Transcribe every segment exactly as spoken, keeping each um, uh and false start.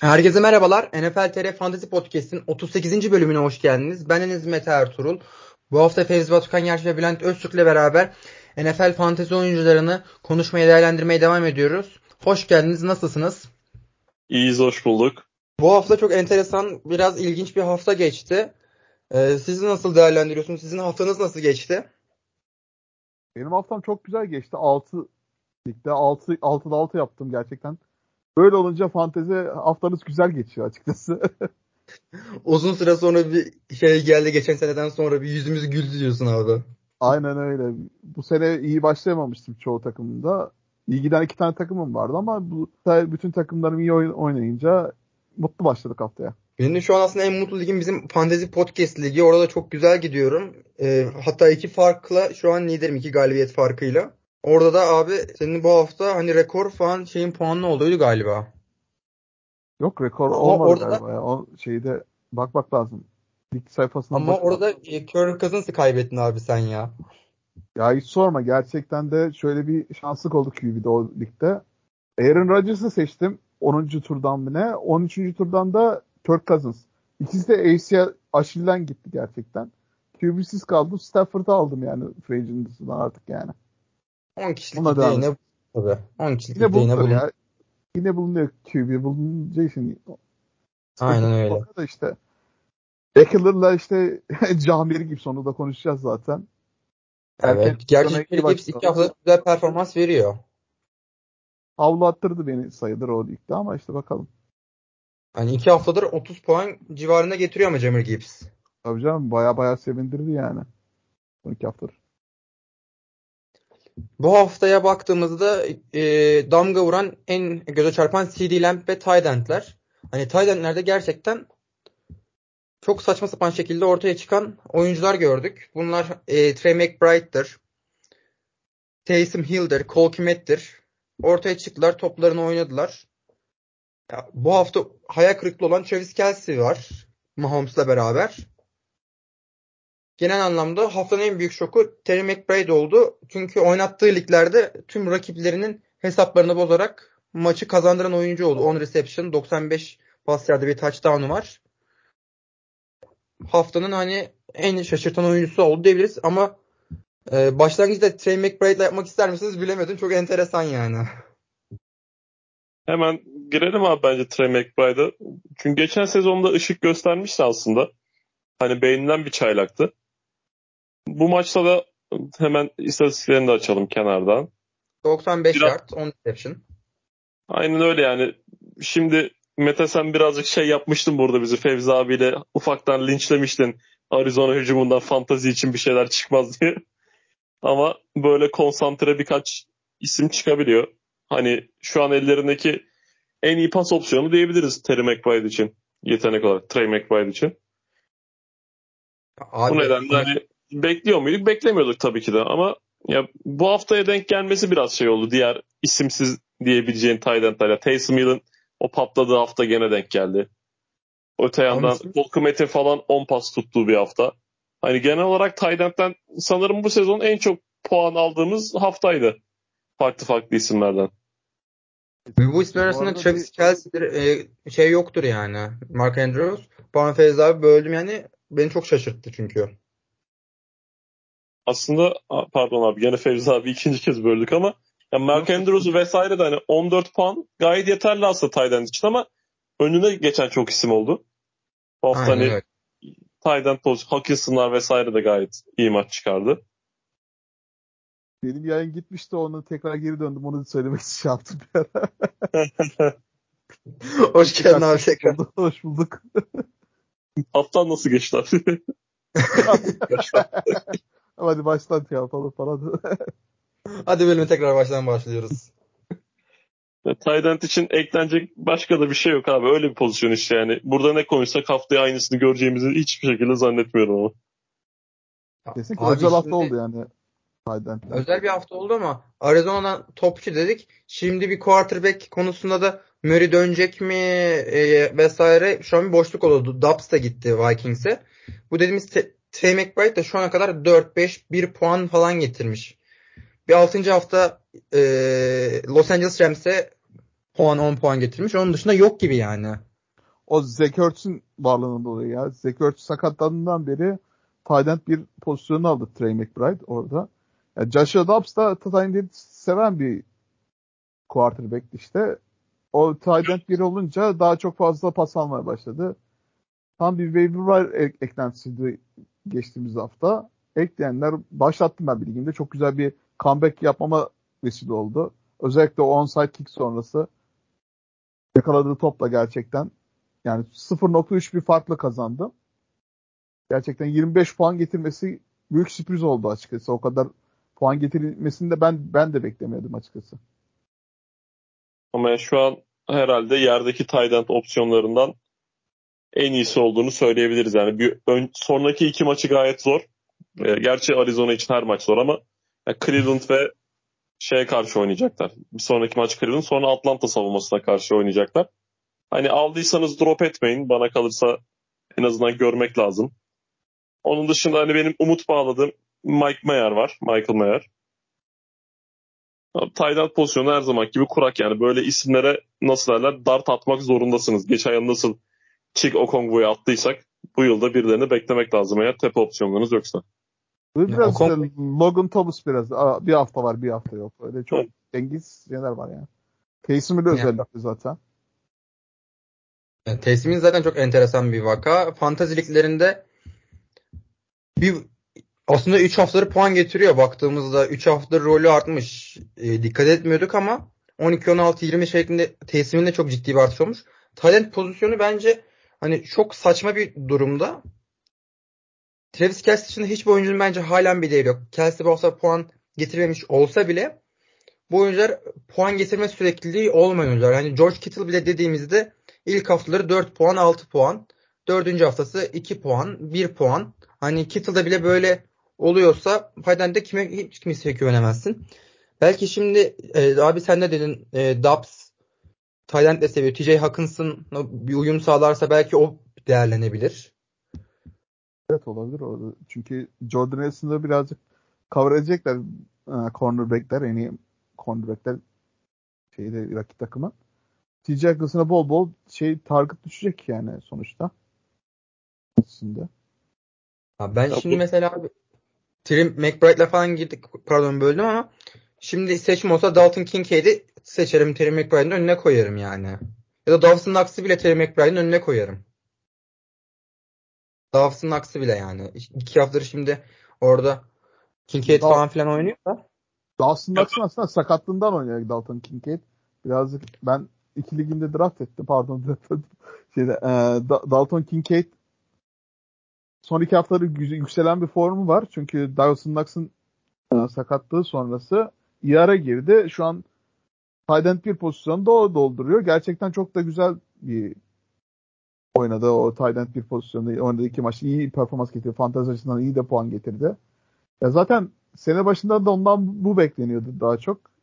Herkese merhabalar. N F L T R Fantasy Podcast'in otuz sekizinci bölümüne hoş geldiniz. Ben Enes Mete Ertuğrul. Bu hafta Fevzi Batukan Yerç ve Bülent Öztürk'le beraber N F L Fantasy oyuncularını konuşmaya, değerlendirmeye devam ediyoruz. Hoş geldiniz. Nasılsınız? İyiyiz, hoş bulduk. Bu hafta çok enteresan, biraz ilginç bir hafta geçti. Ee, siz nasıl değerlendiriyorsunuz? Sizin haftanız nasıl geçti? Benim haftam çok güzel geçti. altı ligde altı altıda altı yaptım gerçekten. Böyle olunca fantezi haftanız güzel geçiyor açıkçası. Uzun süre sonra bir şey geldi. Geçen seneden sonra bir yüzümüz güldü diyorsun abi. Aynen öyle. Bu sene iyi başlayamamıştım çoğu takımda. İyi giden iki tane takımım vardı ama bu sefer bütün takımlarım iyi oyn- oynayınca mutlu başladık haftaya. Benim de şu an aslında en mutlu ligim bizim Fantezi Podcast Ligi. Orada da çok güzel gidiyorum. Ee, hatta iki farkla şu an liderim. iki galibiyet farkıyla. Orada da abi senin bu hafta hani rekor falan şeyin puanlı olduğuydu galiba. Yok, rekor Ama olmadı orada da galiba ya. O şeyde bakmak lazım. Lig sayfasına ama bakın. orada e, Kirk Cousins'ı kaybettin abi sen ya. Ya hiç sorma. Gerçekten de şöyle bir şanslık oldu Q B'de o ligde. Aaron Rodgers'ı seçtim onuncu turdan mı ne? on üçüncü turdan da Kirk Cousins. İkisi de A C L Achilles'den gitti gerçekten. Q B'siz kaldım. Stafford'ı aldım yani free agency'dan artık yani. on kişilik Ona ligde devam yine ettim. tabii. on kişilik Yine ligde yine bulunur bulun. ya. Yine bulunuyor Q B. Bulununca için sıkıntı Aynen öyle. oluyor da işte. Eckler'la işte Camiri gibi sonunda da konuşacağız zaten. Erken Evet. Gerçi sezona iyi Jerry Gibbs iki başladı. haftada güzel performans veriyor. Havlu attırdı beni sayılır o ligde ama işte bakalım. Hani iki haftadır otuz puan civarında getiriyor ama Jahmyr Gibbs. Tabii canım baya baya sevindirdi yani. Son iki haftadır. Bu haftaya baktığımızda e, damga vuran en göze çarpan CeeDee Lamb ve tight end'ler. Hani tight end'lerde gerçekten çok saçma sapan şekilde ortaya çıkan oyuncular gördük. Bunlar e, Trey McBride'dır, Taysom Hill'dir, Cole Kmet'tir. Ortaya çıktılar, toplarını oynadılar. Ya, bu hafta hayal kırıklığı olan Travis Kelce var Mahomes'la beraber. Genel anlamda haftanın en büyük şoku Terry McBride oldu. Çünkü oynattığı liglerde tüm rakiplerinin hesaplarını bozarak maçı kazandıran oyuncu oldu. on reception, doksan beş pas yardı, bir touchdown'u var. Haftanın hani en şaşırtan oyuncusu oldu diyebiliriz ama e, başlangıçta Trey McBride'la yapmak ister misiniz bilemedim. Çok enteresan yani. Hemen girelim abi bence Trey McBride'a. Çünkü geçen sezonda ışık göstermişti aslında. Hani beğenilen bir çaylaktı. Bu maçta da hemen istatistiklerini de açalım kenardan. doksan beş Biraz yard, on reception. aynen öyle yani. Şimdi Mete sen birazcık şey yapmıştın burada bizi Fevzi abiyle ufaktan linçlemiştin. Arizona hücumundan fantazi için bir şeyler çıkmaz diye. Ama böyle konsantre birkaç isim çıkabiliyor. Hani şu an ellerindeki en iyi pas opsiyonu diyebiliriz Terry McBride için. Yetenek olarak Trey McBride için. Bu Abi nedenle ama hani bekliyor muyduk? Beklemiyorduk tabii ki de ama ya bu haftaya denk gelmesi biraz şey oldu. Diğer isimsiz diyebileceğin tight end'ler. Taysom Hill'in o patladığı hafta gene denk geldi. Öte ama yandan Cole Kmet'in falan on pas tuttuğu bir hafta. Hani genel olarak tight end'den sanırım bu sezon en çok puan aldığımız haftaydı. Farklı farklı isimlerden. bu isim Bu arasında arada bir Travis Kelce'dir, e, şey yoktur yani. Mark Andrews. Bana Feyza abi böldüm yani. Beni çok şaşırttı çünkü. Aslında pardon abi gene Fevzi abi ikinci kez böldük ama ya Mark yok yok. Andrews'u vesaire de hani on dört puan gayet yeterli aslında tight end için ama önüne geçen çok isim oldu. Bu hafta Aynen hani öyle. tight end pozisyonu Hawkinson'lar vesaire de gayet iyi maç çıkardı. Benim yayın gitmişti onu tekrar geri döndüm. Onu söylemek için şey yaptım bir ara. Hoş Neyse geldin abi karşılıklı tekrar. oldu. Hoş bulduk. Haftan nasıl geçti abi? Hadi baştan şey yapalım falan. Hadi bölüme tekrar baştan başlıyoruz. Tight end için eklenecek başka da bir şey yok abi. Öyle bir pozisyon işte yani. Burada ne konuşsak haftaya aynısını göreceğimizi hiçbir şekilde zannetmiyorum ama. Kesinlikle Abi özel hafta şimdi oldu yani Tayland'den. özel bir hafta oldu ama Arizona'dan topçu dedik. Şimdi bir quarterback konusunda da Murray dönecek mi e, vesaire. Şu an bir boşluk oldu. Dobbs da gitti Vikings'e. Bu dediğimiz Te- Trey McBride de şu ana kadar dört beş bir puan falan getirmiş. Bir altıncı hafta e, Los Angeles Rams'e puan on puan getirmiş. Onun dışında yok gibi yani. o Zach Ertz'in varlığından dolayı ya. Zach Ertz sakatlandığından beri tight end bir pozisyonu aldı Trey McBride orada. Yani Joshua Dobbs da tight end'i seven bir quarterback işte. O tight end biri olunca daha çok fazla pas almaya başladı. Tam bir waiver wire eklentisiydi geçtiğimiz hafta. Ekleyenler başlattım ben bir ligimde. Çok güzel bir comeback yapmama vesile oldu. Özellikle o onside kick sonrası yakaladığı topla gerçekten yani sıfır nokta üç bir farkla kazandı. Gerçekten yirmi beş puan getirmesi büyük sürpriz oldu açıkçası. O kadar puan getirilmesini de ben ben de beklemiyordum açıkçası. Ama şu an herhalde yerdeki tight end opsiyonlarından en iyisi olduğunu söyleyebiliriz. Yani bir ön, sonraki iki maçı gayet zor. E, gerçi Arizona için her maç zor ama yani Cleveland ve şeye karşı oynayacaklar. Bir sonraki maç Cleveland, sonra Atlanta savunmasına karşı oynayacaklar. Hani aldıysanız drop etmeyin. Bana kalırsa en azından görmek lazım. Onun dışında hani benim umut bağladığım Mike Mayer var. Michael Mayer. Tight end pozisyonu her zaman gibi kurak yani. Böyle isimlere nasıl derler dart atmak zorundasınız. Geçen yıl nasıl Chig Okongwu'ya attıysak bu yılda birilerini beklemek lazım eğer tepe opsiyonlarınız yoksa. Biraz işte Okong- Logan Thomas biraz. Aa, bir hafta var bir hafta yok. Öyle çok Evet. dengiz şeyler var yani. Taysom de özellikle zaten. Yani Taysom zaten çok enteresan bir vaka. Fantasy liglerinde bir aslında üç haftaları puan getiriyor baktığımızda. üç haftadır rolü artmış. E, dikkat etmiyorduk ama on iki on altı yirmi şeklinde Taysom'un de çok ciddi bir artış olmuş. Talent pozisyonu bence hani çok saçma bir durumda. Travis Kelce dışında hiçbir oyuncunun bence halen bir değeri yok. Kelce bu hafta puan getirmemiş olsa bile bu oyuncular puan getirme sürekliliği olmayan oyuncular. Hani George Kittle bile dediğimizde ilk haftaları dört puan altı puan. Dördüncü haftası iki puan bir puan. Hani Kittle'da bile böyle oluyorsa Python'da kime hiç kimseye güvenemezsin. Belki şimdi e, abi sen ne dedin? E, Dobbs Tayland'le seviyor. T J Hawkinson bir uyum sağlarsa belki o değerlenebilir. Evet olabilir. O. Çünkü Jordan Nelson'da birazcık cover edecekler e, cornerbackler. En iyi cornerbackler şeyde rakip takımı. T J Hawkinson'a bol bol şey target düşecek yani sonuçta. Şimdi. Ha, ben Ya şimdi bu mesela abi Tim McBride'la falan girdik. Pardon böldüm ama şimdi seçim olsa Dalton Kincaid'i seçerim. Terry McBride'in önüne koyarım yani. Ya da Dawson Knox'ı bile Terry McBride'in önüne koyarım. Dawson Knox'ı bile yani. İki haftadır şimdi orada Kincaid Da falan filan oynuyor da. Dawson Knox'ın aslında sakatlığından oynuyor Dalton Kincaid. Birazcık ben iki liginde draft ettim. Pardon. Şeyde, e, Da- Dalton Kincaid son iki haftaları yü- yükselen bir formu var. Çünkü Dawson Knox'ın e, sakatlığı sonrası I R'a girdi. Şu an tight end bir pozisyonda o dolduruyor. Gerçekten çok da güzel bir oynadı o tight end bir pozisyonda. Oynadığı iki maç iyi performans getirdi. Fantezi açısından iyi de puan getirdi. Ya zaten sene başında da ondan bu bekleniyordu daha çok.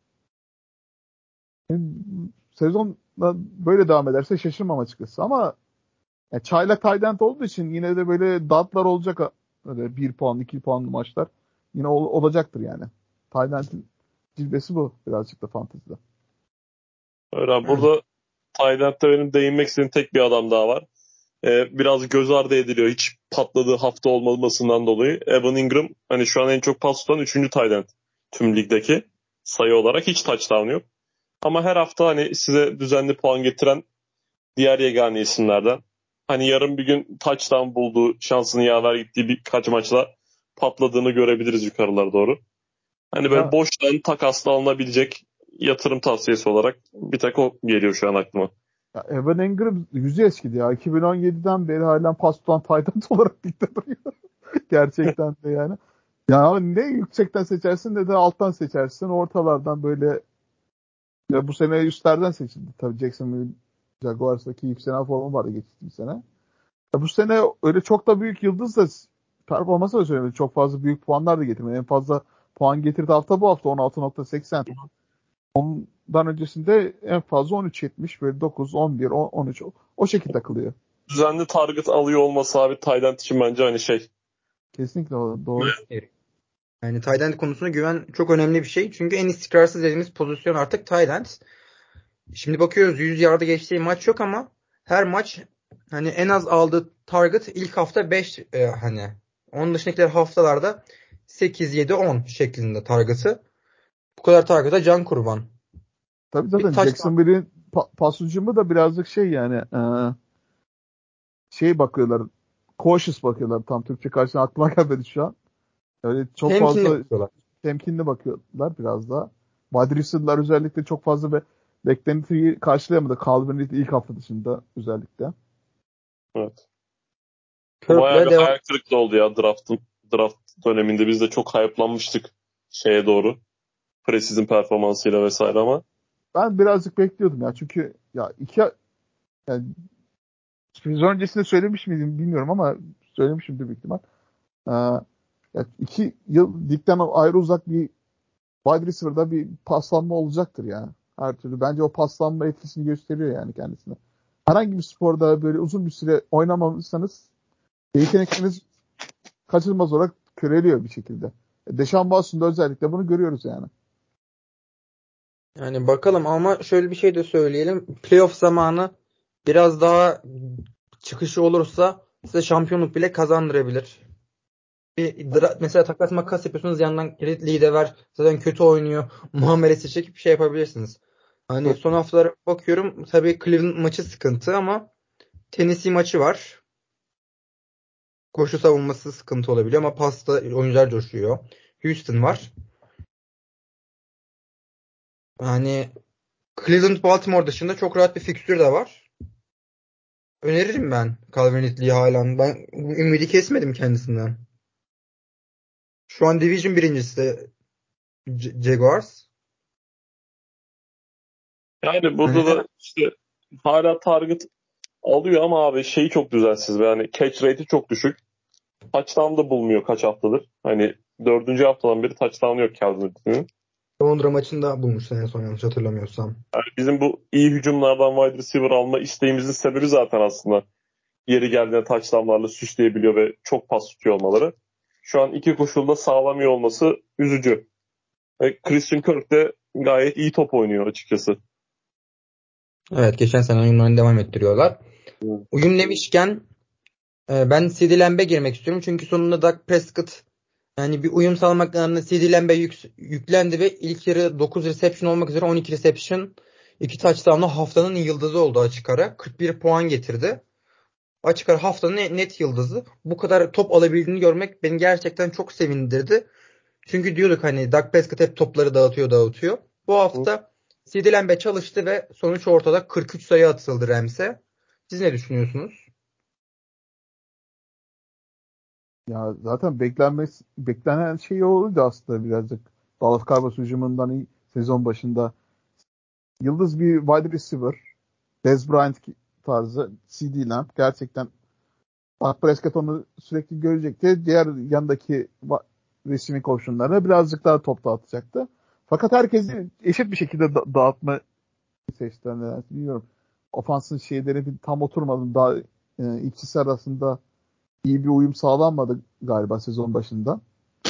Sezon böyle devam ederse şaşırmam açıkçası ama ya çaylak tight end olduğu için yine de böyle dağıtlar olacak. Öyle bir puan, iki puanlı maçlar yine ol- olacaktır yani. Tight end'in cilvesi bu birazcık da fantezide. öyle abi. Burada Tayland'da benim değinmek istediğim tek bir adam daha var. Ee, biraz göz ardı ediliyor hiç patladığı hafta olmamasından dolayı. Evan Ingram hani şu an en çok pas tutan üçüncü tight end tüm ligdeki sayı olarak hiç touchdown yok. Ama her hafta hani size düzenli puan getiren diğer yegane isimlerden. Hani yarın bir gün touchdown bulduğu, şansını yaver gittiği birkaç maçla patladığını görebiliriz yukarılara doğru. Hani böyle Ya, boştan takasla alınabilecek yatırım tavsiyesi olarak bir tek o geliyor şu an aklıma. ya Evan Engram yüzü eskidi ya. iki bin on yediden beri halen pas tutan tight end olarak ligde duruyor. Gerçekten de yani. Ya ne yüksekten seçersin ne de alttan seçersin. Ortalardan böyle ya bu sene üstlerden seçildi. Tabii Jacksonville Jaguars'taki yükselen formu vardı geçtiğimiz sene. Ya bu sene öyle çok da büyük yıldız da performansı da söylemedi. Çok fazla büyük puanlar da getirmedi. En fazla puan getirdi hafta bu hafta on altı nokta seksen. Ondan öncesinde en fazla on üç yetmiş böyle dokuz, on bir, on üç o, o şekilde takılıyor. Düzenli target alıyor olması abi Tayland için bence hani şey. Kesinlikle o- doğru. Evet. Yani tight end konusunda güven çok önemli bir şey. Çünkü en istikrarsız dediğimiz pozisyon artık tight end. Şimdi bakıyoruz yüz yarda geçtiği maç yok ama her maç hani en az aldığı target ilk hafta beş e, hani. Onun dışındakiler haftalarda sekiz, yedi, on şeklinde target'ı. Bu kadar target'a can kurban. Tabii Bir zaten taç Jacksonville'in pa- pas hücumu da birazcık şey yani e, şey bakıyorlar. Cautious bakıyorlar. Tam Türkçe karşısına aklıma gelmedi şu an. Öyle çok temkinli fazla bakıyorlar. temkinli bakıyorlar biraz daha. Wide receiver'lar özellikle çok fazla be beklentiyi karşılayamadı. Calvin Ridley ilk hafta dışında özellikle. Evet. Bayağı Kirk'le bir devam. hayal kırıklığı oldu ya draft'ın. Draft döneminde biz de çok hype'lanmıştık şeye doğru. Preseason performansıyla vesaire ama Ben birazcık bekliyordum ya. Çünkü ya iki yani biz öncesinde söylemiş miydim bilmiyorum ama söylemişimdir büyük ihtimal. Ee, ya iki yıl ligden ayrı uzak bir wide receiver'da bir paslanma olacaktır yani. Her türlü. Bence o paslanma etkisini gösteriyor yani kendisine. Herhangi bir sporda böyle uzun bir süre oynamamışsanız yetenekleriniz kaçınılmaz olarak köreliyor bir şekilde. Deşan Watson'da özellikle bunu görüyoruz yani. Yani bakalım ama şöyle bir şey de söyleyelim. Playoff zamanı biraz daha çıkışı olursa size şampiyonluk bile kazandırabilir. Bir dra- mesela takas makas yapıyorsunuz yandan Ridley'i de ver. Zaten kötü oynuyor. Muamelesi çekip bir şey yapabilirsiniz. Hani son haftalara bakıyorum. Tabii Cleveland maçı sıkıntı ama Tennessee maçı var. Koşu savunması sıkıntı olabiliyor ama pasta oyuncular coşuyor. Houston var. Yani Cleveland Baltimore dışında çok rahat bir fikstür de var. Öneririm ben Calvin Ridley'i halen. Ben ümidi kesmedim kendisinden. Şu an Division birincisi de J- Jaguars. yani Hani burada da işte hala target alıyor ama abi şeyi çok düzensiz. Yani catch rate'i çok düşük. Touchdown da bulmuyor kaç haftadır. Hani dördüncü haftadan beri touchdown yok Calvin Ridley'nin. Londra maçında bulmuştu en son yanlış hatırlamıyorsam. Yani bizim bu iyi hücumlardan wide receiver alma isteğimizin sebebi zaten aslında yeri geldiğinde touchdownlarla süsleyebiliyor ve çok pas tutuyor olmaları. Şu an iki koşulda sağlamıyor olması üzücü. Ve Christian Kirk de gayet iyi top oynuyor açıkçası. Evet, geçen sene oyunlarını devam ettiriyorlar. Hmm. Uyum demişken e, ben CeeDee Lamb'e girmek istiyorum. Çünkü sonunda Dak Prescott yani bir uyum sağlamak adına CeeDee Lamb'e yük- yüklendi ve ilk yarı dokuz reception olmak üzere on iki reception, iki touchdown'la haftanın yıldızı oldu açık ara. kırk bir puan getirdi. Açık ara haftanın net yıldızı. Bu kadar top alabildiğini görmek beni gerçekten çok sevindirdi. Çünkü diyorduk hani Dak Prescott hep topları dağıtıyor dağıtıyor. Bu hafta CeeDee Lamb'e çalıştı ve sonuç ortada, kırk üç sayı atıldı Rams'e. Siz ne düşünüyorsunuz? Ya zaten beklenmesi, beklenen şey oldu aslında birazcık. Dallas Cowboys hücumundan iyi sezon başında. Yıldız bir wide receiver. Dez Bryant tarzı CeeDee Lamb. Gerçekten Dak Prescott onu sürekli görecekti. Diğer yandaki va- receiving optionlarına birazcık daha top dağıtacaktı. Fakat herkesi eşit bir şekilde da- dağıtma seçti. Yani bilmiyorum. Ofansın şeyleri bir tam oturmadı. Daha e, ikisi arasında iyi bir uyum sağlanmadı galiba sezon başında.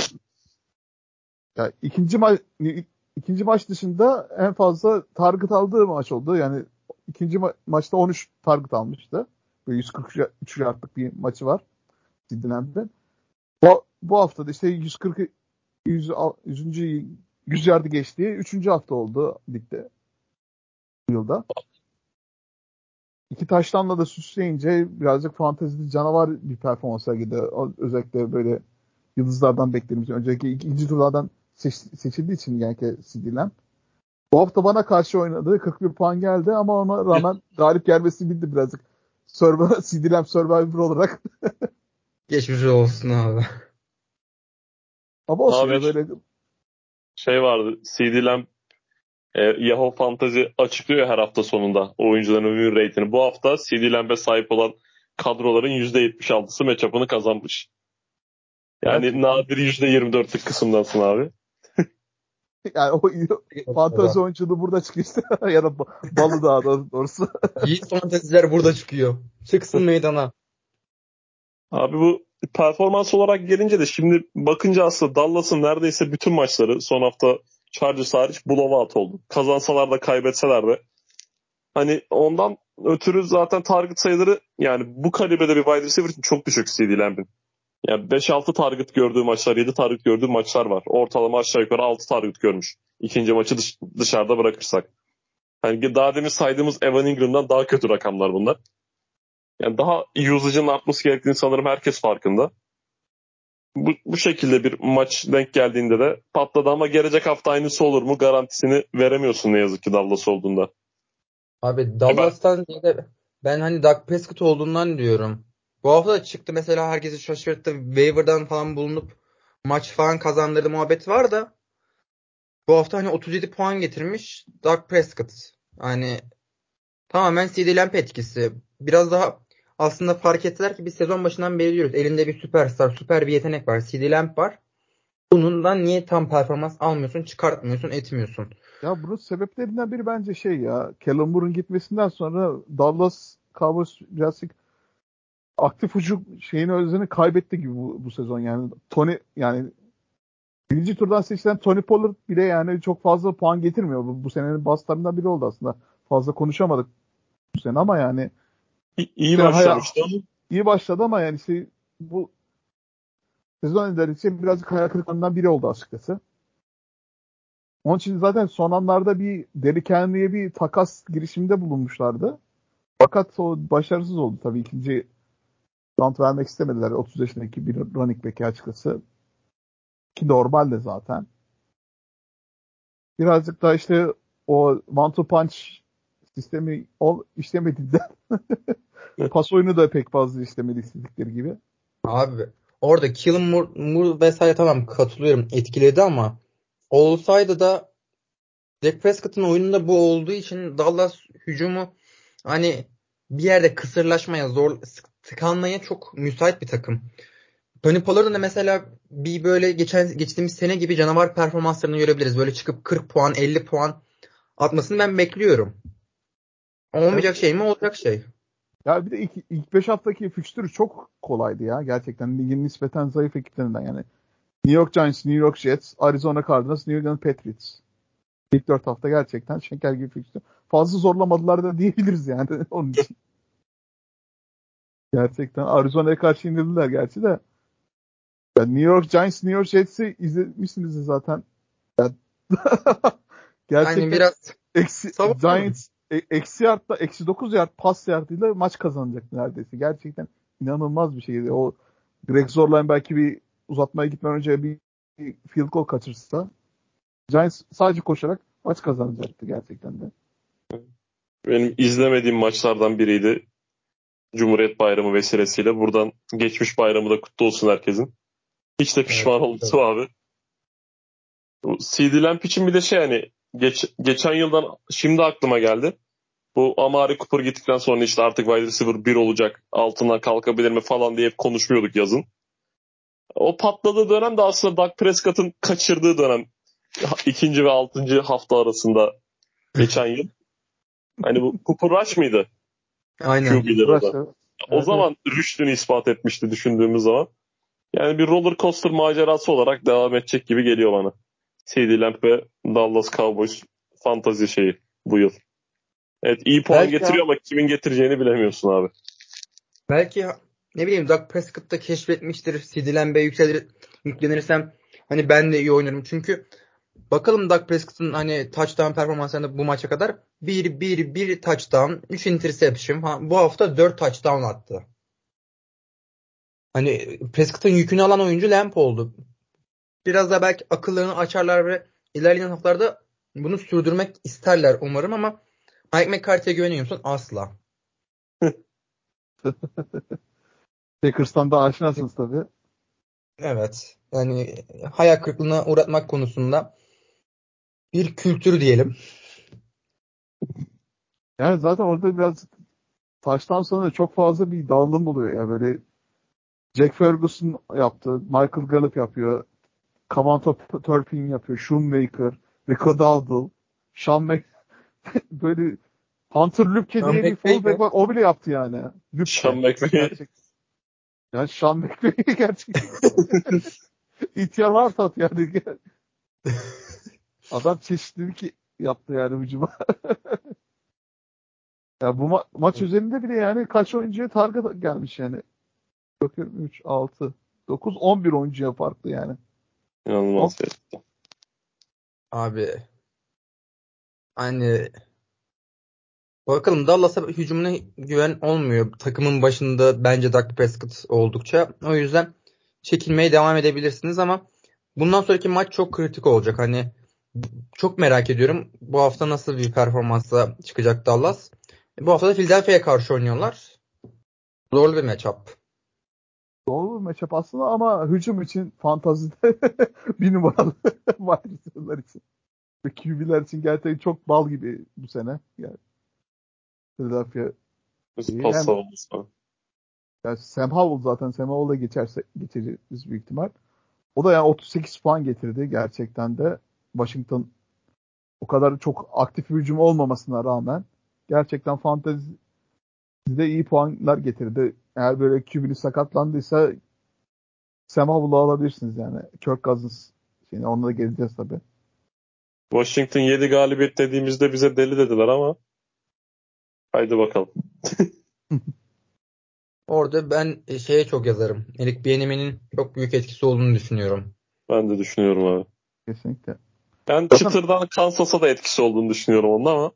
Ya ikinci maç ikinci maç dışında en fazla target aldığı maç oldu. Yani ikinci ma- maçta on üç target almıştı. Böyle yüz kırk üç yardlık bir maçı var Ciddilend'de. Bu, bu hafta da işte yüz kırk yüz, yüzüncü yüz yardı geçtiği üçüncü hafta oldu ligde bu yılda. İki taştanla da süsleyince birazcık fantezide canavar bir performans sergiledi. Özellikle böyle yıldızlardan beklediğimiz, önceki ikinci turlardan seç, seçildiği için yani CeeDee Lamb. Bu hafta bana karşı oynadı. kırk bir puan geldi ama ona rağmen galip gelmesi bildi birazcık. Survivor, CeeDee Lamb Survivor olarak. Geçmiş olsun abi. Ama olsun Abi ya böyle şey vardı. CeeDee Lamb e, Yahoo Fantasy açıklıyor her hafta sonunda oyuncuların win rate'ini. Bu hafta CeeDee Lamb'e sahip olan kadroların yüzde yetmiş altısı matchup'ını kazanmış. Yani gerçekten nadir yüzde yirmi dörtlük kısımdasın abi. yani o fantazi oyunculuğu burada çıkıyor işte. Ya da ba- balı daha doğrusu. Yiğit fanteziler burada çıkıyor. Çıksın meydana. Abi bu performans olarak gelince de şimdi bakınca aslında Dallas'ın neredeyse bütün maçları son hafta Chargers hariç blowout oldu. Kazansalar da kaybetseler de. Hani ondan ötürü zaten target sayıları yani bu kalibrede bir wide receiver için çok düşük C D Lamb'in. Yani beş altı target gördüğü maçlar, yedi target gördüğü maçlar var. Ortalama aşağı yukarı altı target görmüş. İkinci maçı dış, dışarıda bırakırsak. Hani daha demin saydığımız Evan Ingram'dan daha kötü rakamlar bunlar. Yani daha usage'ın artması gerektiğini sanırım herkes farkında. Bu, bu şekilde bir maç denk geldiğinde de patladı ama gelecek hafta aynısı olur mu garantisini veremiyorsun ne yazık ki Dallas olduğunda. Abi Dallas'tan ziyade ben hani Dak Prescott olduğundan diyorum. Bu hafta da çıktı mesela, herkesi şaşırttı. Waiver'dan falan bulunup maç falan kazandırdı muhabbet var da bu hafta hani otuz yedi puan getirmiş Dak Prescott. Hani tamamen C D Lamb etkisi. Biraz daha aslında fark ettiler ki biz sezon başından beri diyoruz. Elinde bir süperstar, süper bir yetenek var. C D Lamb var. Bundan niye tam performans almıyorsun, çıkartmıyorsun, etmiyorsun? Ya bunun sebeplerinden biri bence şey ya. Kellen Moore'un gitmesinden sonra Dallas Cowboys birazcık aktif hücum şeyini özünü kaybetti gibi bu, bu sezon yani. Tony yani birinci turdan seçilen Tony Pollard bile yani çok fazla puan getirmiyor. Bu, bu senenin bastlarından biri oldu aslında. Fazla konuşamadık bu sene ama yani İ- bu İyi sene haya, başlamıştı ama iyi başladı ama yani işte bu sezon ender için birazcık hayal kırıklığından biri oldu açıkçası. Onun için zaten son anlarda bir Derrick Henry'e bir takas girişiminde bulunmuşlardı. Fakat o başarısız oldu tabii. İkinci round vermek istemediler. otuz yaşındaki bir running back'e açıkçası. Ki normal de zaten. Birazcık daha işte o one two punch sistemi ol, işlemediğinden pas oyunu da pek fazla işlemedi istedikleri gibi. Abi orada Kellen Moore, Moore vesaire tamam katılıyorum, etkiledi ama olsaydı da Dak Prescott'ın oyununda bu olduğu için Dallas hücumu hani bir yerde kısırlaşmaya, zor tıkanmaya çok müsait bir takım. Tony Pollard'ın da mesela bir böyle geçen geçtiğimiz sene gibi canavar performanslarını görebiliriz. Böyle çıkıp kırk puan, elli puan atmasını ben bekliyorum. Evet. Olmayacak şey mi? Olacak şey. Ya bir de ilk, ilk beş haftaki fikstürü çok kolaydı ya. Gerçekten ligin nispeten zayıf ekiplerinden yani. New York Giants, New York Jets, Arizona Cardinals, New England Patriots. İlk dört hafta gerçekten şeker gibi fikstür. Fazla zorlamadılar da diyebiliriz yani onun için. Gerçekten Arizona'ya karşı indirdiler gerçi de. Yani New York Giants, New York Jets'i izlemişsiniz zaten. Yani Yani gerçekten biraz eksi, savunma. Giants e, eksi yardla, eksi dokuz yard pas yardıyla maç kazanacak neredeyse. Gerçekten inanılmaz bir şeydi. O Greg Zorlay'ın belki bir uzatmaya gitmeden önce bir, bir field goal kaçırsa Giants sadece koşarak maç kazanacaktı gerçekten de. benim izlemediğim maçlardan biriydi. Cumhuriyet Bayramı vesilesiyle. Buradan geçmiş bayramı da kutlu olsun herkesin. Hiç de Evet, pişman çok oldum güzel. abi. Bu C D Lamb için bir de şey hani geç, geçen yıldan şimdi aklıma geldi. Bu Amari Cooper gittikten sonra işte artık wide receiver bir olacak. Altından kalkabilir mi falan diye hep konuşmuyorduk yazın. O patladığı dönem de aslında Dak Prescott'ın kaçırdığı dönem. ikinci ve altıncı hafta arasında geçen yıl. Hani bu Cooper Rush mıydı? Aynen. Q B'ler o da. Burası O evet, evet. zaman rüştünü ispat etmişti düşündüğümüz zaman. Yani bir roller coaster macerası olarak devam edecek gibi geliyor bana. C D Lamb ve Dallas Cowboys fantazi şeyi bu yıl. Evet iyi puan Belki getiriyor ama kimin getireceğini bilemiyorsun abi. belki ne bileyim Dak Prescott da keşfetmiştir. C D Lamb'e yükselir, yüklenirsem hani ben de iyi oynarım. Çünkü bakalım Dak Prescott'ın hani touchdown performanslarında bu maça kadar bir bir bir touchdown, üç interception falan. Bu hafta dört touchdown attı. Hani Prescott'ın yükünü alan oyuncu Lamb oldu. Biraz da belki akıllarını açarlar ve ilerleyen haftalarda bunu sürdürmek isterler umarım ama Mike McCarthy'ye güveniyor musun? Asla. Packers'tan da aşinasınız tabii. Evet. Yani hayal kırıklığına uğratmak konusunda bir kültür diyelim. Yani zaten orada biraz taştan sonra çok fazla bir dağılım oluyor. Yani böyle Jack Ferguson yaptı, Michael Gallup yapıyor, Kavanto Turpin yapıyor, Shoemaker, Rico Dowdle, Sean Mc... böyle Hunter Lübke Sean diye bir McVay fullback mi? var. O bile yaptı yani. Sean Lübke. McVay. Gerçek. Yani Sean McVay gerçekten. İhtiyar var tat yani. Adam çeşitlilik yaptı yani hücuma. Ya bu ma- maç üzerinde bile yani kaç oyuncuya target gelmiş yani. Bakıyorum üç, altı, dokuz, on bir oyuncuya farklı yani. İnanılmaz gerçekten. Abi hani bakalım Dallas'a hücumuna güven olmuyor. Takımın başında bence Dak Prescott oldukça. O yüzden çekilmeye devam edebilirsiniz ama bundan sonraki maç çok kritik olacak. Hani çok merak ediyorum bu hafta nasıl bir performansla çıkacak Dallas. Bu hafta da Philadelphia'ya karşı oynuyorlar. Zorlu bir matchup. Doğru bir matchup aslında ama hücum için fantazide bir numaralı wide receiver'lar için. Ve Q B'ler için gerçekten çok bal gibi bu sene. Yani Philadelphia Biz iyi. pas Hem savunması. yani Sam Howell zaten Sam Howell'da geçerse geçeceğiz büyük ihtimal. O da yani otuz sekiz puan getirdi gerçekten de. Washington o kadar çok aktif bir hücum olmamasına rağmen gerçekten fantezide iyi puanlar getirdi. Eğer böyle Q B'li sakatlandıysa Sam Howell'ı alabilirsiniz yani. Kirk Cousins. Şimdi onunla da geleceğiz tabii. Washington yedi galibiyet dediğimizde bize deli dediler ama haydi bakalım. Orada ben şeye çok yazarım. Eric Bieniemy'nin çok büyük etkisi olduğunu düşünüyorum. Ben de düşünüyorum abi. Kesinlikle. Ben Zaten çıtırdan Kansas'a da etkisi olduğunu düşünüyorum onun ama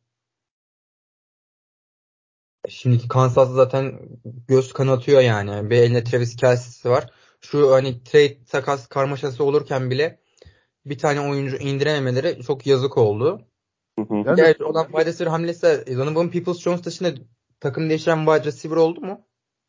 Şimdiki Kansas zaten göz kanatıyor yani. Bir elinde Travis Kelce'si var. Şu hani trade takas karmaşası olurken bile bir tane oyuncu indirememeleri çok yazık oldu. hı hı. Bir yani de olan wide receiver hamlesi Donovan Peoples-Jones dışında takım değiştiren wide receiver oldu mu?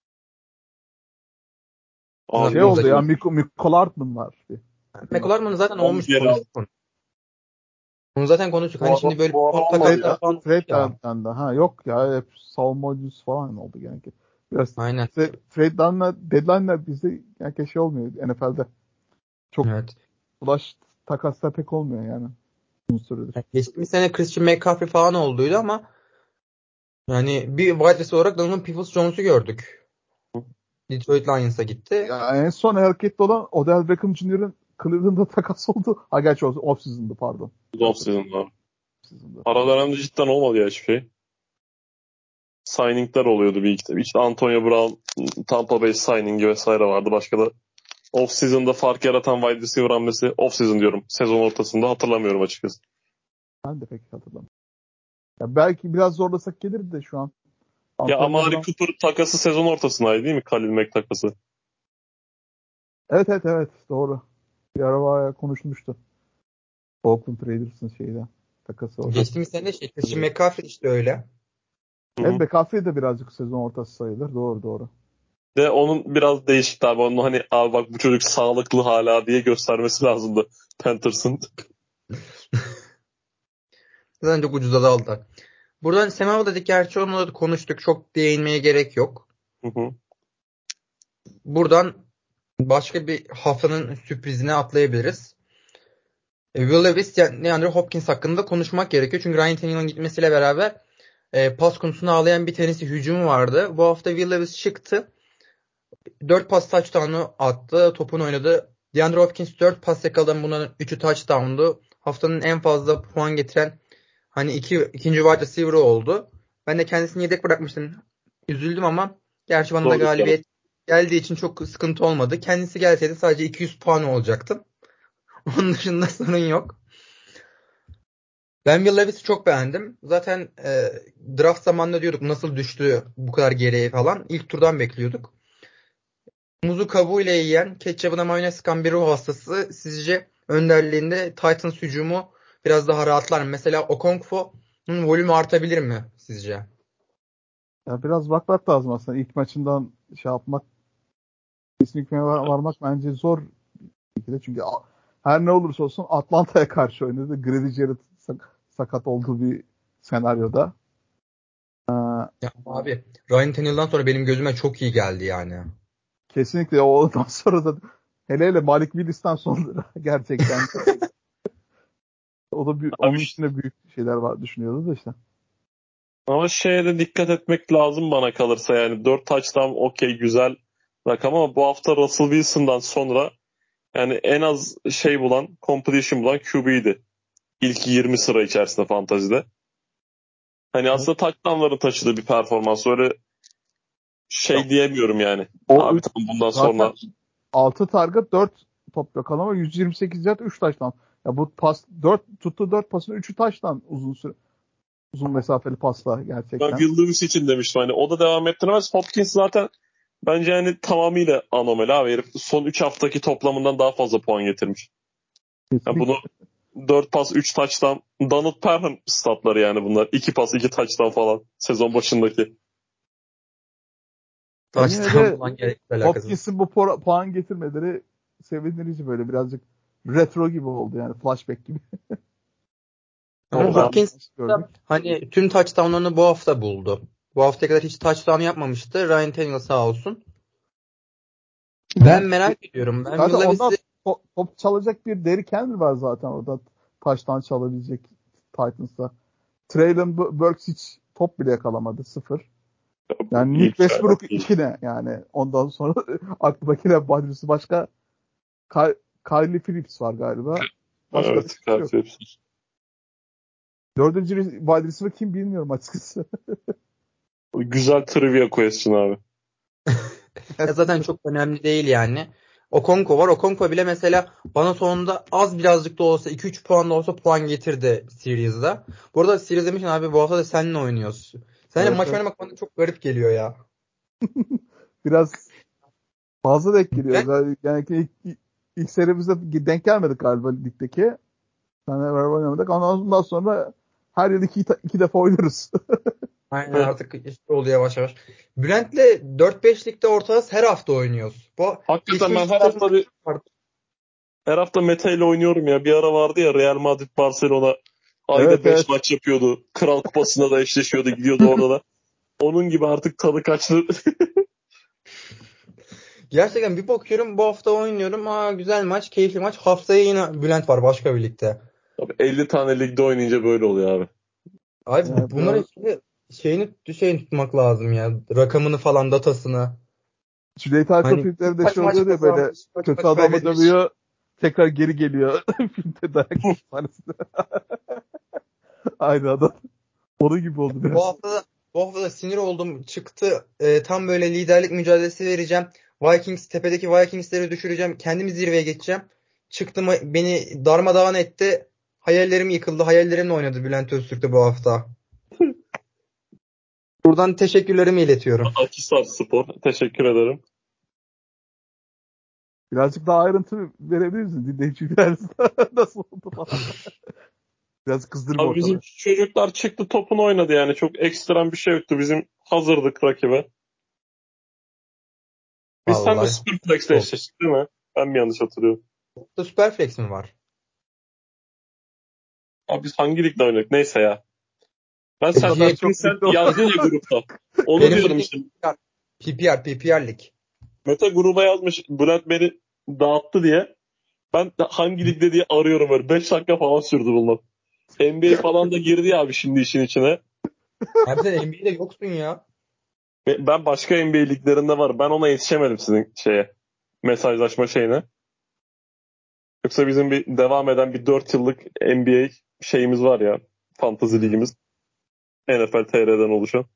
Sizin Abi şey oldu aklınızdaki. ya Miko, Miko Hartman var. McCollum'un zaten on olmuş geri aldı. konuştuk onu. Onu zaten konuştuk. Bu Hani ara, şimdi böyle bu ara son olmadı Fred, takaslar ya. falan olmuş Fred ya. Dunn'dan da. Ha yok ya hep savunmacısı falan oldu genellikle. Biraz Aynen. Fred, Fred Dunn'la deadline'lar bizde yani şey olmuyor N F L'de. Çok Evet. flash takaslar pek olmuyor yani. Uzun süredir. Yani geçtiğimiz sene Christian McCaffrey falan olduydu ama yani bir wide receiver olarak Donovan Peoples-Jones'u gördük. Detroit Lions'a gitti. Ya en son hareketli olan Odell Beckham Junior'ın Cleveland'da takas oldu. Ha gerçi off season'dı pardon. Off season'da. Off season'da. Ara dönemde cidden olmadı ya hiçbir şey. Signing'ler oluyordu bir iki. İşte Antonio Brown, Tampa Bay signing'i vesaire vardı. Başka da off season'da fark yaratan wide receiver hamlesi, off season diyorum. Sezon ortasında hatırlamıyorum açıkçası. Ben de pek hatırlamıyorum. Ya belki biraz zorlasak gelirdi de şu an. Ya Antonio Amari Brown. Cooper takası sezon ortasındaydı değil mi? Khalil Mack takası. Evet evet evet doğru. Bir ara bayağı konuşmuştu. Oakland Raiders'ın şeyde takası orada. Geçtiğimiz sene de şey, Christian McCaffrey işte öyle. Hı Evet hı. McCaffrey de birazcık sezon ortası sayılır. Doğru doğru. De onun biraz değişikti abi. Onun hani abi bak bu çocuk sağlıklı hala diye göstermesi lazımdı Panthers'ın. Zaten çok ucuza da aldılar. Buradan Semao dedik. Gerçi onunla da konuştuk. Çok değinmeye gerek yok. Hı hı. Buradan başka bir haftanın sürprizine atlayabiliriz. E, Will Levis, yani DeAndre Hopkins hakkında konuşmak gerekiyor. Çünkü Ryan Tannehill'in gitmesiyle beraber e, pas konusunu ağlayan bir Tennessee hücumu vardı. Bu hafta Will Levis çıktı. dört pas touchdown'u attı. Topunu oynadı. DeAndre Hopkins dört pas yakaladı. Bunların üçü touchdown'du. Haftanın en fazla puan getiren hani iki, ikinci wide receiver oldu. Ben de kendisini yedek bırakmıştım. Üzüldüm ama gerçi bana da Doğru karar. galibiyet geldiği için çok sıkıntı olmadı. Kendisi gelseydi sadece iki yüz puan olacaktım. Onun dışında sorun yok. Ben Will Levis'i çok beğendim. Zaten e, draft zamanında diyorduk nasıl düştü bu kadar geriye falan. İlk turdan bekliyorduk. Muzu kabuğuyla yiyen, ketçabına mayonez sıkan bir ruh hastası sizce önderliğinde Titans hücumu biraz daha rahatlar mı? Mesela Okonkwo'nun volümü artabilir mi sizce? Ya biraz bakmak lazım aslında. İlk maçından şey yapmak, kesin hükmüne var- varmak bence zor bir şekilde. Çünkü a- her ne olursa olsun Atlanta'ya karşı oynadı. Grady Jarrett sak- sakat olduğu bir senaryoda. Ee, Ya abi Ryan Tannehill'dan sonra benim gözüme çok iyi geldi yani. kesinlikle ondan sonra da hele hele Malik Willis'ten sonra gerçekten o da bir, Abi onun işte, içinde büyük şeyler var düşünüyordu da işte. ama şeye de dikkat etmek lazım bana kalırsa yani dört touchdown okey güzel rakam ama bu hafta Russell Wilson'dan sonra yani en az şey bulan, completion bulan Q B'ydi. İlk yirmi sıra içerisinde fantazide. Hani aslında touchdown'ların taşıdığı bir performans. Öyle şey Yok. diyemiyorum yani. O Abi üç- tamam bundan zaten sonra altı target dört top yakalama yüz yirmi sekiz yard üç touchdown. Ya bu pas dört tuttu dört pasın üçü touchdown uzun süre uzun mesafeli pasla ben gerçekten. Will Levis için demiştim. Hani o da devam ettiremez. Hopkins zaten bence yani tamamıyla anomali abi. Herif son üç haftaki toplamından daha fazla puan getirmiş. Ya bunu dört pas üç touchdown. Donald Parham statları yani bunlar. iki pas iki touchdown falan sezon başındaki. Yani yine Touchdown de falan gerekli alakasız. Hopkins'in bu por- puan getirmeleri sevindirici, böyle birazcık retro gibi oldu yani, flashback gibi. Ama Evet abi. Hopkins Gördük. hani tüm touchdownlarını bu hafta buldu. Bu haftaya kadar hiç touchdown yapmamıştı. Ryan Tannehill sağ olsun. Ben merak ediyorum. Ben Zaten Will ondan Levis'i top, top çalacak bir Derrick Henry var zaten orada, taştan çalabilecek Titans'ta. Traylon Bu- Burks hiç top bile yakalamadı. Sıfır. Yani Nick İlk Westbrook çaylak değil. ikine yani. Ondan sonra aklıma badrisi başka Ky- Kylie Phillips var galiba. Başka da Evet. hiçbir şey yok. Hepsi. Dördüncü wide receiver kim bilmiyorum açıkçası. Güzel trivia question abi. ya zaten çok önemli değil yani. Okonkwo var. Okonkwo bile mesela bana sonunda az birazcık da olsa iki üç puan da olsa puan getirdi Series'da. Bu arada Series demişsin abi, bu hafta da seninle oynuyoruz. Seninle Evet, maç evet. oynamak bana çok garip geliyor ya. Biraz fazla denk Ben geliyor. Yani ilk, ilk, ilk serimizde denk gelmedik galiba ligdeki. Yani beraber oynamadık. Ondan sonra her yıl iki, iki defa oynuyoruz. aynen Evet. artık işte oluyor yavaş yavaş. Bülent'le dört beş ligde ortağız, her hafta oynuyoruz. Bu Hakikaten ilk ben her hafta bir her hafta Mete ile oynuyorum ya. Bir ara vardı ya Real Madrid Barcelona ayda Evet, beş evet. maç yapıyordu. Kral Kupası'nda da eşleşiyordu. Gidiyordu orada da. Onun gibi artık tadı kaçtı. Gerçekten bir bakıyorum bu hafta oynuyorum. Aa, güzel maç, keyifli maç. Haftaya yine Bülent var başka bir ligde. Abi elli tane ligde oynayınca böyle oluyor abi. Abi Yani bunların biraz şimdi şeyini şeyini tutmak lazım ya. Rakamını falan, datasını. Cüneyt Arkın Hani filmlerinde kaç şey maç oluyor ya, böyle kazanmış, kaç kötü maç adamı kaybetmiş. dövüyor, tekrar geri geliyor filmde dayak sahnesinde. Aynı adam. Onun gibi oldu Bu biraz. hafta da bu hafta da sinir oldum. Çıktı. E, tam böyle liderlik mücadelesi vereceğim. Vikings, tepedeki Vikings'leri düşüreceğim. Kendimi zirveye geçeceğim. Çıktı, beni darmadağın etti. Hayallerim yıkıldı. Hayallerimle oynadı Bülent Öztürk de bu hafta. Buradan teşekkürlerimi iletiyorum. Akisar Spor. Teşekkür ederim. Birazcık daha ayrıntı verebilir misin? Dinleyiciler nasıl oldu falan. Biraz kızdırma Abi bizim ortalığı. çocuklar çıktı topunu oynadı yani. Çok ekstrem bir şey yoktu. Bizim hazırdık rakibe. Biz sen de Vallahi. Superplex'le Oldu. eşleştik değil mi? Ben mi yanlış hatırlıyorum? Da Superflex mi var? Abi biz hangi ligde oynadık? Neyse ya. Ben E, sen, O kadar G- şimdi çok sen ligde yazdın ya grupta. Onu benim diyorum bildiğim işte. P P R, P P R lig. Mete gruba yazmış. Bülent beni dağıttı diye. Ben de hangi ligde diye arıyorum böyle. beş dakika falan sürdü bulmam. N B A falan da girdi ya abi şimdi işin içine. Abi sen N B A'de yoksun ya. Ve ben başka N B A liglerinde var. Ben ona yetişemedim sizin şeye. Mesajlaşma şeyine. Yoksa bizim bir devam eden bir dört yıllık N B A şeyimiz var ya. Fantasy Hmm. ligimiz. N F L T R'den oluşan.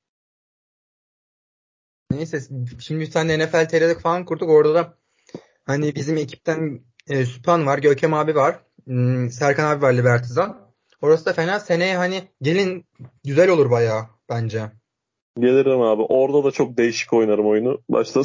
Neyse, şimdi bir tane N F L T R'de falan kurduk. Orada da hani bizim ekipten e, Süpan var, Görkem abi var, hmm, Serkan abi var, Libertizan. Orası da fena. Seneye hani gelin, güzel olur bayağı bence. Gelirim abi. Orada da çok değişik oynarım oyunu. Başta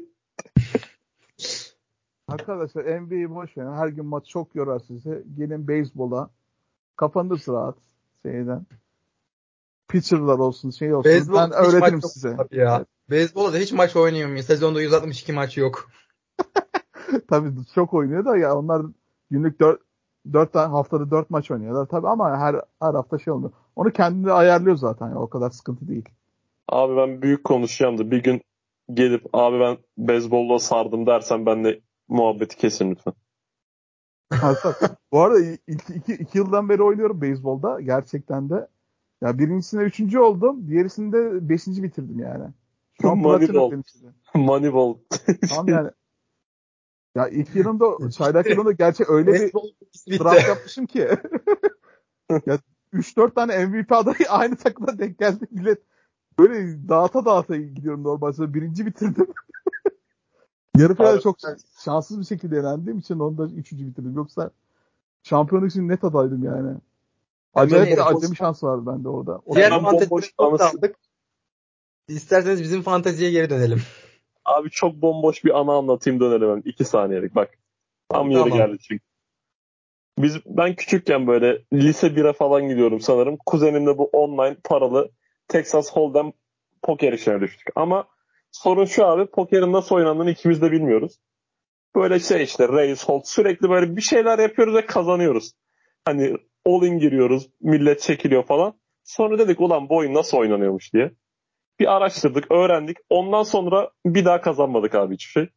Arkadaşlar N B A'yi boş verin. Her gün maç çok yorar sizi. Gelin beyzbola. Kafanız rahat. Şeyden. Pitcher'lar olsun, şey olsun. Beyzbolda Ben hiç maç öğretirim yok size. abi ya. Evet. Beyzbolda da hiç maç oynayamıyor. Sezonda yüz altmış iki maç yok. Tabii çok oynuyor da ya, onlar günlük dört dört tane, haftada dört maç oynuyorlar tabii, ama her her hafta şey olmuyor. Onu kendini ayarlıyor zaten ya, o kadar sıkıntı değil. abi ben büyük konuşacağım da bir gün gelip abi ben beyzbolla sardım dersen benle muhabbeti kesin lütfen. Hatta bu arada iki, iki, iki yıldan beri oynuyorum beyzbolda gerçekten de. Ya birincisinde üçüncü oldum. Diğerisinde beşinci bitirdim yani. Şu an platinum Moneyball. benimkisi de. Moneyball. Tamam yani. Ya ilk yılımda, çaylak Bitti. yılımda gerçek öyle bir Beyzbol bitti. draft yapmışım ki. Ya üç dört tane M V P adayı aynı takıma denk geldi. Millet böyle dağıta dağıta gidiyorum normalde. Birinci bitirdim. Yarı finalde çok şanssız bir şekilde elendiğim için onu da üçüncü bitirdim. Yoksa şampiyonluk için net adaydım yani. Acayip Böyle bir acemi şans vardı bende orada. O diğer Ben fantezileri bomboş çok anısı- aldık. İsterseniz bizim fanteziye geri dönelim. Abi çok bomboş bir ana anlatayım dönelim hemen. iki saniyelik bak. Tam yeri Tamam. geldi çünkü. Biz, ben küçükken böyle lise bire falan gidiyorum sanırım. Kuzenimle bu online paralı Texas Hold'em poker işine düştük. Ama sorun şu abi, pokerin nasıl oynandığını ikimiz de bilmiyoruz. Böyle şey işte raise hold, sürekli böyle bir şeyler yapıyoruz ve kazanıyoruz. Hani all in giriyoruz, millet çekiliyor falan. Sonra dedik ulan bu oyun nasıl oynanıyormuş diye. Bir araştırdık, öğrendik. Ondan sonra bir daha kazanmadık abi hiçbir şey.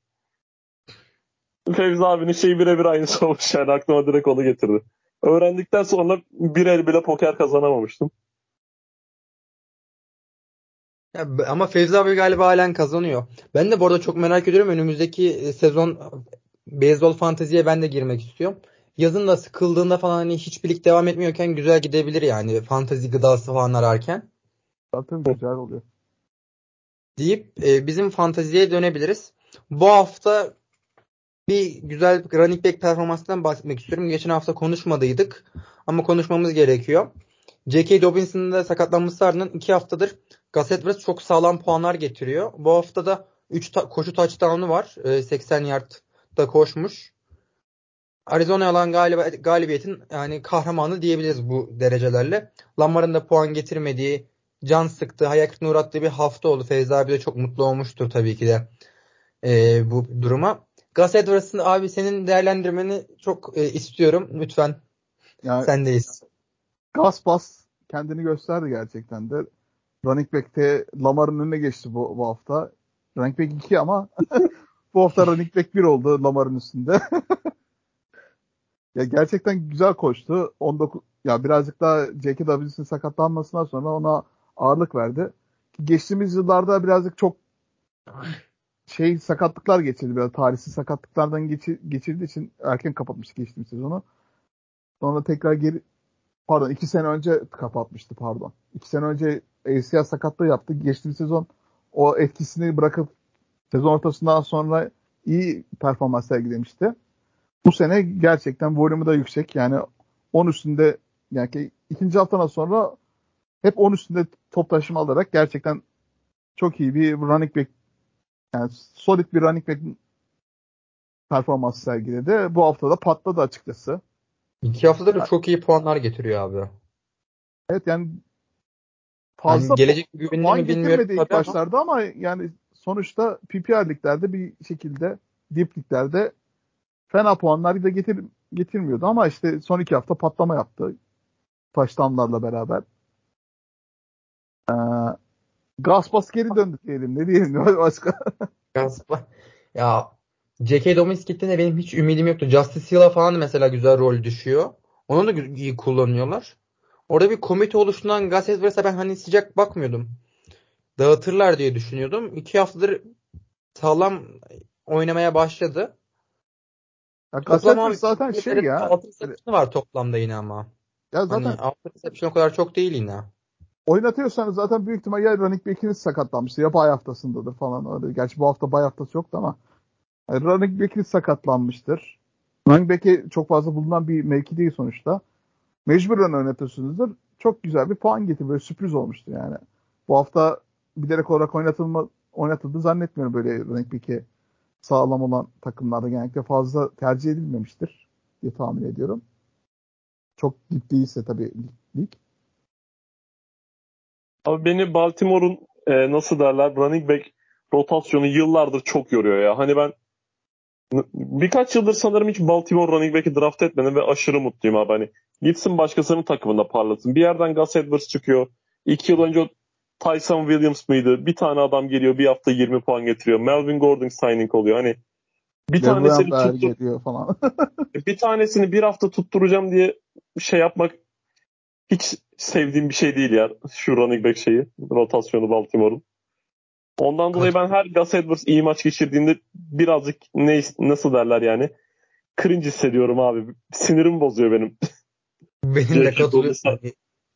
Fevzi abinin şeyi birebir aynısı olmuş yani, aklıma direkt onu getirdi. Öğrendikten sonra bir el bile poker kazanamamıştım. Ya, b- ama Fevzi abi galiba halen kazanıyor. Ben de bu arada çok merak ediyorum. Önümüzdeki e, sezon beyzbol fanteziye ben de girmek istiyorum. Yazın da sıkıldığında falan hani hiçbir lig devam etmiyorken güzel gidebilir yani fantezi gıdası falan ararken. zaten güzel oluyor. Deyip e, bizim fanteziye dönebiliriz. Bu hafta bir güzel running back performansından bahsetmek istiyorum. Geçen hafta konuşmadıydık ama konuşmamız gerekiyor. J K. Dobbins'in de sakatlanması ardından iki haftadır Gus Edwards çok sağlam puanlar getiriyor. Bu hafta da üç ta- koşu touchdown'u var. E, seksen yardta koşmuş. Arizona'ya alan galiba, galibiyetin yani kahramanı diyebiliriz bu derecelerle. Lamar'ın da puan getirmediği, can sıktı, hayal kırıklığına uğrattığı bir hafta oldu. Feyza abi de çok mutlu olmuştur tabii ki de e, bu duruma. Gus Edwards'ın abi senin değerlendirmeni çok e, istiyorum. Lütfen Yani sendeyiz. Gaspas kendini gösterdi gerçekten de. Running back'te Lamar'ın önüne geçti bu, bu hafta. Running back iki ama bu hafta running back bir oldu Lamar'ın üstünde. Ya gerçekten güzel koştu. on dokuz ya birazcık daha J K. Dobbins'in sakatlanmasından sonra ona ağırlık verdi. Geçtiğimiz yıllarda birazcık çok şey sakatlıklar geçirdi. Biraz tarihsiz sakatlıklardan geçir, geçirdiği için erken kapatmıştı geçtiğimiz sezonu. Sonra tekrar geri pardon iki sene önce kapatmıştı pardon. iki sene önce A C L sakatlığı yaptı. Geçtiğimiz sezon o etkisini bırakıp sezon ortasından sonra iyi performans sergilemişti. Bu sene gerçekten volümü da yüksek. Yani on üstünde yani ikinci haftadan sonra hep on üstünde top taşıma alarak gerçekten çok iyi bir running back, yani solid bir running back performansı sergiledi. Bu hafta da patladı açıkçası. İki haftadır da çok iyi puanlar getiriyor abi. Evet yani Yani fazla gelecek güvenli puan mi bilmiyorum getirmedi ilk tabii ama başlarda ama yani sonuçta P P R liglerde bir şekilde dip liglerde fena puanlar da getir, getirmiyordu ama işte son iki hafta patlama yaptı. Touchdownlarla beraber. Ee, Gaspas geri döndü diyelim. Ne diyelim başka? Gaspa. Ya J K. Dobbins gittiğinde benim hiç ümidim yoktu. Justice Hill'a falan da mesela güzel rol düşüyor. Onu da gü- iyi kullanıyorlar. Orada bir komite oluştuğundan Gus Edwards'a ben hani sıcak bakmıyordum. Dağıtırlar diye düşünüyordum. İki haftadır sağlam oynamaya başladı. Ya Gus Toplam abi Edwards zaten şey ya. altı Hani, reception'ı var toplamda yine ama. ya Hani zaten altı reception o kadar çok değil yine. oynatıyorsanız zaten büyük ihtimal ya running back'iniz sakatlanmıştır ya bay haftasındadır falan. Öyle. Gerçi bu hafta bay haftası yoktu ama yani running back'iniz sakatlanmıştır. Running back'e çok fazla bulunan bir mevki değil sonuçta. Mecburen oynatıyorsunuzdur. Çok güzel bir puan getirdi. Böyle sürpriz olmuştu yani. Bu hafta bilerek olarak oynatılma, oynatıldı zannetmiyorum böyle running back'e sağlam olan takımlarda genellikle fazla tercih edilmemiştir diye tahmin ediyorum. Çok dip değilse tabii lig. Abi beni Baltimore'un e, nasıl derler running back rotasyonu yıllardır çok yoruyor ya. Hani ben birkaç yıldır sanırım hiç Baltimore running back'i draft etmedim ve aşırı mutluyum abi. Hani gitsin başkasının takımında parlasın. Bir yerden Gus Edwards çıkıyor. İki yıl önce o Tyson Williams mıydı? Bir tane adam geliyor bir hafta yirmi puan getiriyor. Melvin Gordon signing oluyor. Hani bir Le'Veon tanesini Bell tuttur, geliyor falan. bir tanesini bir hafta tutturacağım diye şey yapmak hiç sevdiğim bir şey değil ya. Şu running back şeyi, rotasyonu Baltimore'un. Ondan dolayı Kat ben her Gus Edwards iyi maç geçirdiğinde birazcık ne, nasıl derler yani cringe hissediyorum abi. Sinirim bozuyor benim. benim de J K. katılıyorum. Dobbins, Hani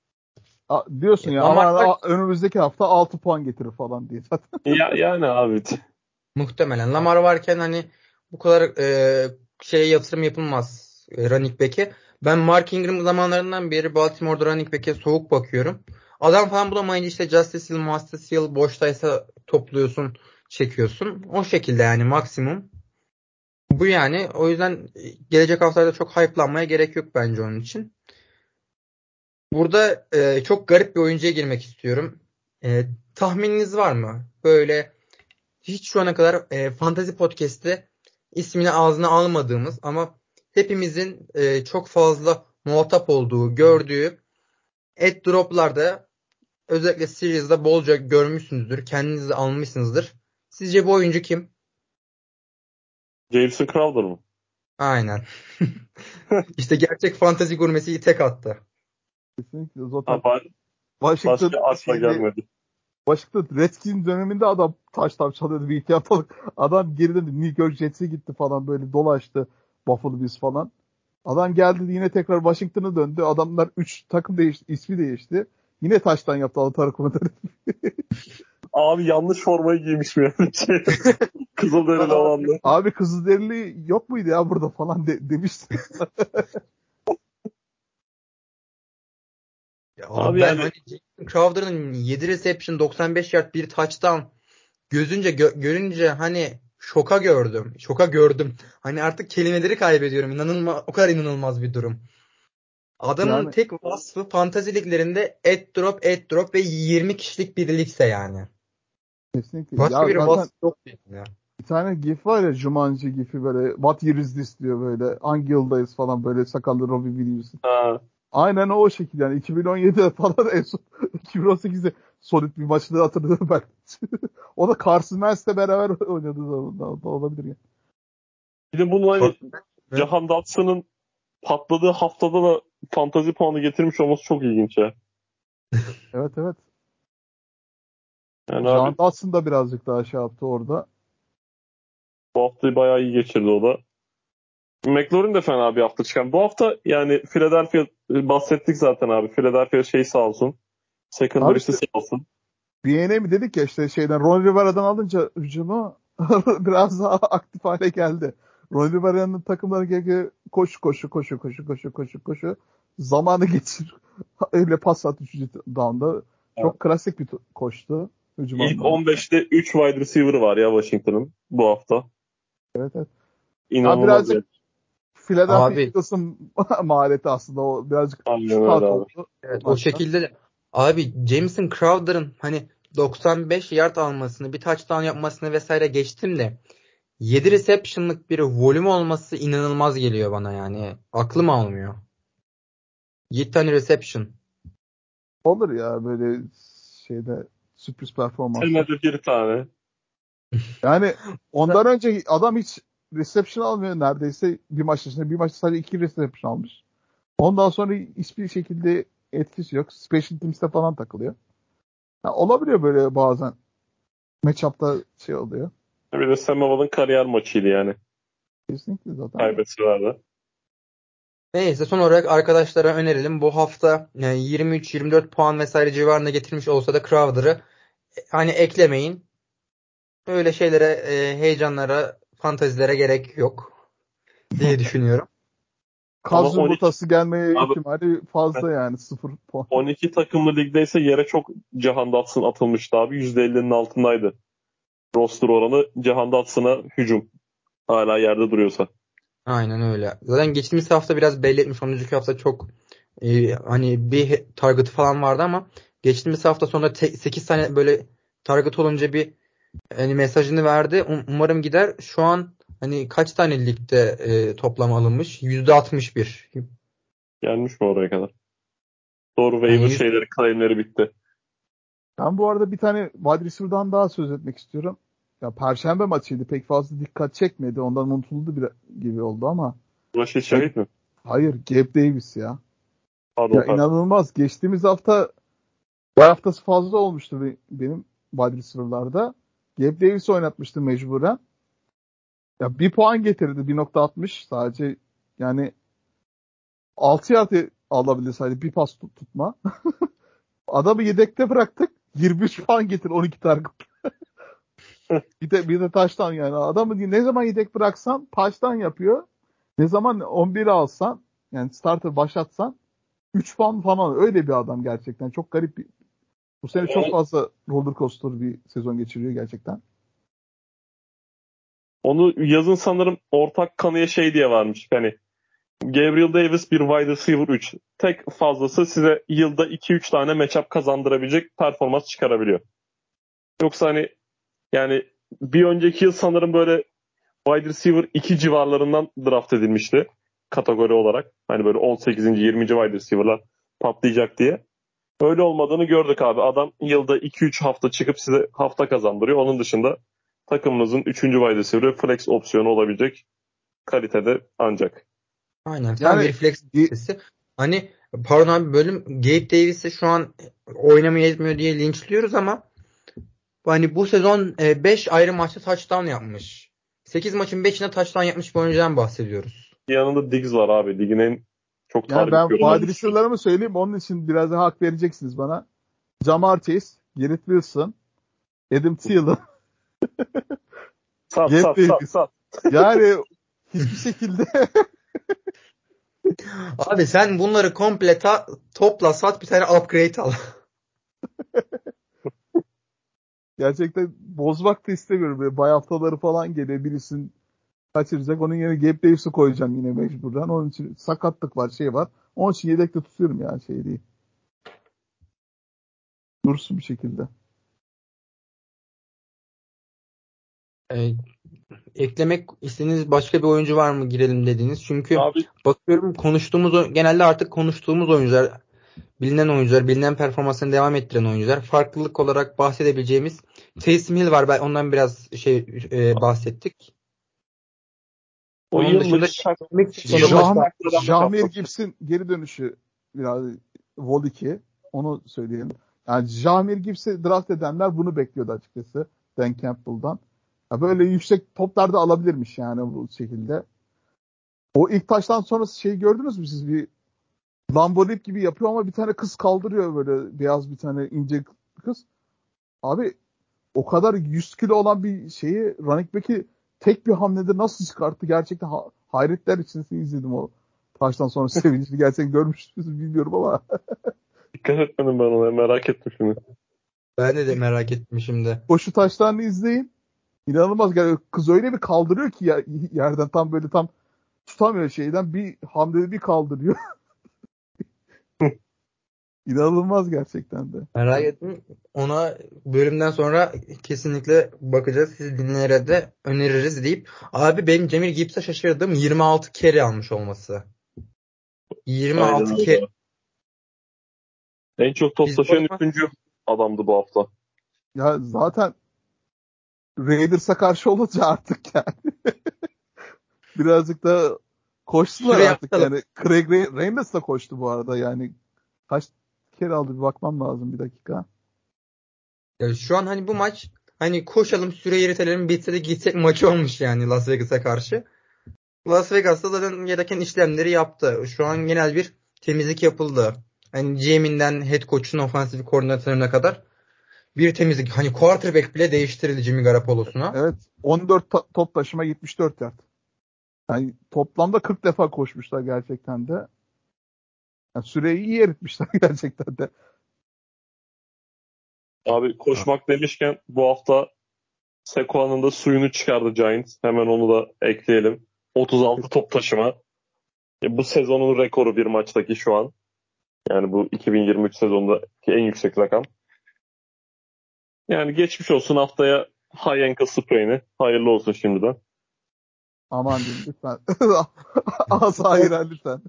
A, diyorsun E, ya Lamar ama var, a- önümüzdeki hafta altı puan getirir falan diye zaten. Ya, yani abi. muhtemelen Lamar varken hani bu kadar e, şeye yatırım yapılmaz e, running back'e. Ben Mark Ingram zamanlarından beri Baltimore'da running back'e soğuk bakıyorum. Adam falan bulamayınca işte Justice Hill, Justice Hill boştaysa topluyorsun, çekiyorsun. O şekilde yani maksimum. Bu yani. O yüzden gelecek haftalarda çok hype'lanmaya gerek yok bence onun için. Burada e, çok garip bir oyuncuya girmek istiyorum. E, tahmininiz var mı? Böyle hiç şu ana kadar e, Fantasy Podcast'te ismini ağzına almadığımız ama hepimizin e, çok fazla muhatap olduğu, gördüğü ad drop'larda özellikle Series'da bolca görmüşsünüzdür. Kendiniz de almışsınızdır. Sizce bu oyuncu kim? Jameson Crowder mı? Aynen. İşte gerçek fantasy gurmesiyi tek attı. Kesinlikle Ha, zaten ba- Washington başka asla şeyde gelmedi. Washington Redskins döneminde adam taştan çalıyordu bir iki haftalık. Adam geri döndü. New York Jets'e gitti falan böyle dolaştı. Buffalo Bills falan. Adam geldi yine tekrar Washington'a döndü. Adamlar üç takım değişti. İsmi değişti. Yine taştan yaptı. Alı takımı döndü. Abi yanlış formayı giymiş mi yani? Şey, Kızılderili olan da. Abi Kızılderili yok muydu ya burada falan de, demişti. Ya Abi abi ben yani hani Jason Crowder'ın yedi reception doksan beş yard bir touchdown gözünce gö- görünce hani şoka gördüm. Şoka gördüm. Hani artık kelimeleri kaybediyorum. İnanılmaz, o kadar inanılmaz bir durum. Adamın Yani tek vasfı fantasy liglerinde add drop, add drop ve yirmi kişilik bir ligse yani. kesinlikle. Başka Ya bir zaten vasfı yok yani ya. bir tane gif var ya Jumanji gifi böyle What year is this diyor böyle. Hangi yıldayız falan böyle sakallı Robbie Williams. ha, Aynen o şekilde yani iki bin on yedide falan en son iki bin on sekizde solid bir maçını hatırlıyorum ben. O da Carson Wentz'le beraber oynadı da, da, da olabilir yani. bir de bunu hani Ve Jahan Dotson'ın patladığı haftada da fantazi puanı getirmiş olması çok ilginç ya. Evet evet. Yani Jean abi Dotson da birazcık daha şey yaptı orada. bu haftayı bayağı iyi geçirdi o da. McLaurin de fena bir hafta çıkan. Bu hafta yani Philadelphia bahsettik zaten abi. Philadelphia şey sağ olsun. Abi Secondary'si işte sağ olsun. B N A mi dedik ya işte şeyden Ron Rivera'dan alınca hücumu biraz daha aktif hale geldi. Ron Rivera'nın takımları gerekiyor koşu koşu koşu koşu koşu koşu koşu zamanı geçir. Öyle pas at üçüncü down'da. Evet. Çok klasik bir to- koştu hücum İlk anlamında. on beşte üç wide receiver var ya Washington'ın bu hafta. Evet evet. Ya İnanılmaz birazcık yani. abi Philadelphia Eagles'ın mahareti aslında o birazcık Aynen öyle scout abi. oldu evet, o maçta. şekilde de abi Jameson Crowder'ın hani doksan beş yard almasını, bir touchdown yapmasını vesaire geçtim de yedi reception'lık bir volüm olması inanılmaz geliyor bana yani. Aklım almıyor. yedi tane reception. Olur ya böyle şeyde sürpriz performanslar. Senede bir tane. Yani ondan önce adam hiç reception almıyor neredeyse bir maç içinde. Bir maçta sadece iki reception almış. Ondan sonra hiçbir şekilde etkisi yok. Special Teams'te falan takılıyor. Ya olabiliyor böyle bazen. Matchup'ta şey oluyor. Bir de Sam Howell'ın kariyer maçıydı yani. Kesinlikle zaten de. Kaybetseler de. Neyse son olarak arkadaşlara önerelim. Bu hafta yani yirmi üç yirmi dört puan vesaire civarında getirmiş olsa da Crowder'ı hani eklemeyin. Öyle şeylere, e, heyecanlara, fantazilere gerek yok diye düşünüyorum. Ama Kaz on iki yumurtası gelmeye abi ihtimali fazla yani sıfır puan. on iki takımlı ligdeyse yere çok Jahan Dotson atılmıştı abi. yüzde ellinin altındaydı. Roster oranı Jahan Dotson'a hücum. Hala yerde duruyorsa. Aynen öyle. Zaten geçtiğimiz hafta biraz belli etmiş. Ondan önceki hafta çok e, hani bir target falan vardı ama geçtiğimiz hafta sonra sekiz tane böyle target olunca bir hani mesajını verdi. Um- Umarım gider. Şu an hani kaç tane ligde e, toplam alınmış? yüzde altmış bir. Gelmiş mi oraya kadar? Doğru, Yani waiver yüz... şeyleri, claimleri bitti. Ben bu arada bir tane wide receiver'dan daha söz etmek istiyorum. Ya Perşembe maçıydı. Pek fazla dikkat çekmedi. Ondan unutuldu bir, gibi oldu ama. Raşit Ya, Şahit mi? hayır. Gabe Davis ya. Pardon Ya pardon. inanılmaz. Geçtiğimiz hafta bir haftası fazla olmuştu be- benim wide receiver'larda. Gabe Davis oynatmıştı mecburen. Ya bir puan getirdi bir nokta altmış sadece yani altı yard alabilir sadece bir pas tut- tutma. Adamı yedekte bıraktık. yirmi üç puan getir on iki target. bir de bir de taştan yani. Adamı ne zaman yedek bıraksan taştan yapıyor. Ne zaman on bir alsan yani starter başlatsan üç puan falan öyle bir adam gerçekten. Çok garip bir bu sene çok fazla roller coaster bir sezon geçiriyor gerçekten. Onu yazın sanırım ortak kanıya şey diye varmış. Hani Gabriel Davis bir wide receiver üç. Tek fazlası size yılda iki üç tane matchup kazandırabilecek performans çıkarabiliyor. Yoksa hani yani bir önceki yıl sanırım böyle wide receiver iki civarlarından draft edilmişti kategori olarak. Hani böyle on sekizinci yirminci wide receiver'lar patlayacak diye. Öyle olmadığını gördük abi. Adam yılda iki üç hafta çıkıp size hafta kazandırıyor. Onun dışında takımınızın üçüncü wide receiver'ı flex opsiyonu olabilecek kalitede ancak. Aynen. Tam Yani bir flex listesi. Hani pardon abi bölüm Gabe Davis'i şu an oynamaya yetmiyor diye linçliyoruz ama hani bu sezon beş ayrı maçta touchdown yapmış. sekiz maçın beşinde touchdown yapmış bir oyuncudan bahsediyoruz. Yanında Diggs var abi. Ligin en çok yani target ben görülen wide oyuncusu. receiver'larımı söyleyeyim onun için biraz daha hak vereceksiniz bana. Jamar Chase, Garrett Wilson, Adam Thielen, Sat Gabe sat sat Davis. sat. Yani hiçbir şekilde Abi sen bunları komple ta- topla sat bir tane upgrade al. gerçekten bozmak da istemiyorum. Böyle bay haftaları falan geliyor. Birisini kaçıracak. Onun yerine Gabe Davis'i koyacağım yine mecburen. Onun için sakatlık var, şey var. Onun için yedekte tutuyorum yani şey değil. Dursun bir şekilde. E, eklemek istediğiniz başka bir oyuncu var mı girelim dediğiniz? Çünkü Abi bakıyorum konuştuğumuz o- genelde artık konuştuğumuz oyuncular, bilinen oyuncular, bilinen performansını devam ettiren oyuncular. Farklılık olarak bahsedebileceğimiz Taysom Hill var. Ben ondan biraz şey e, bahsettik. o Onun yıllık dışında şak, eklemek istediğim yıllık Jam, başka şartlardan da Jahmir şaptası. Gibson geri dönüşü biraz Vol iki. Onu söyleyelim. Yani Jahmir Gibson'ı draft edenler bunu bekliyordu açıkçası. Dan Campbell'dan. Ya böyle yüksek toplarda alabilirmiş yani bu şekilde. O ilk taştan sonrası şeyi gördünüz mü siz? Bir Lambo gibi yapıyor ama bir tane kız kaldırıyor böyle beyaz bir tane ince kız. Abi o kadar yüz kilo olan bir şeyi running back'i tek bir hamlede nasıl çıkarttı gerçekten ha- hayretler içerisinde izledim o taştan sonra sevincini gerçekten görmüş müsünüz bilmiyorum ama Dikkat etmedim ben ona. Merak ettim şimdi. ben de, de merak ettim şimdi. koşu taşlarını izleyin. İnanılmaz. Yani kız öyle bir kaldırıyor ki ya, yerden tam böyle tam tutamıyor şeyden bir hamlede bir kaldırıyor. İnanılmaz gerçekten de. Merak ettim. Ona bölümden sonra kesinlikle bakacağız. Siz dinleyene de öneririz deyip. Abi benim Cemil Gibbs'e şaşırdığım yirmi altı carry almış olması. Aynen yirmi altı carry. öyle. En çok top Biz bu taşıyan arada üçüncü adamdı bu hafta. Ya zaten Raiders'a karşı olunca artık yani birazcık da koştular süreyi artık atalım. yani. Craig Ray- Reynolds da koştu bu arada yani. Kaç kere aldı bir bakmam lazım bir dakika. Ya şu an hani bu maç hani koşalım süreyi eritelim bitse de gitsek maçı olmuş yani Las Vegas'a karşı. Las Vegas'ta zaten gereken işlemleri yaptı. Şu an genel bir temizlik yapıldı. Hani G M'den head coach'un ofansif koordinatörüne kadar bir temizlik. Hani quarterback bile değiştirildi Jimmy Garoppolo'suna. Evet on dört ta- top taşıma yetmiş dört yard. Yani toplamda kırk defa koşmuşlar gerçekten de. Yani süreyi iyi eritmişler gerçekten de. Abi koşmak demişken bu hafta Sequan'ın da suyunu çıkardı Giants. Hemen onu da ekleyelim. otuz altı top taşıma. E, bu sezonun rekoru bir maçtaki şu an. Yani bu iki bin yirmi üç sezonundaki en yüksek rakam. Yani geçmiş olsun haftaya high ankle sprain'i. Hayırlı olsun şimdiden. Aman diyeyim lütfen. Az hayır ha, lütfen.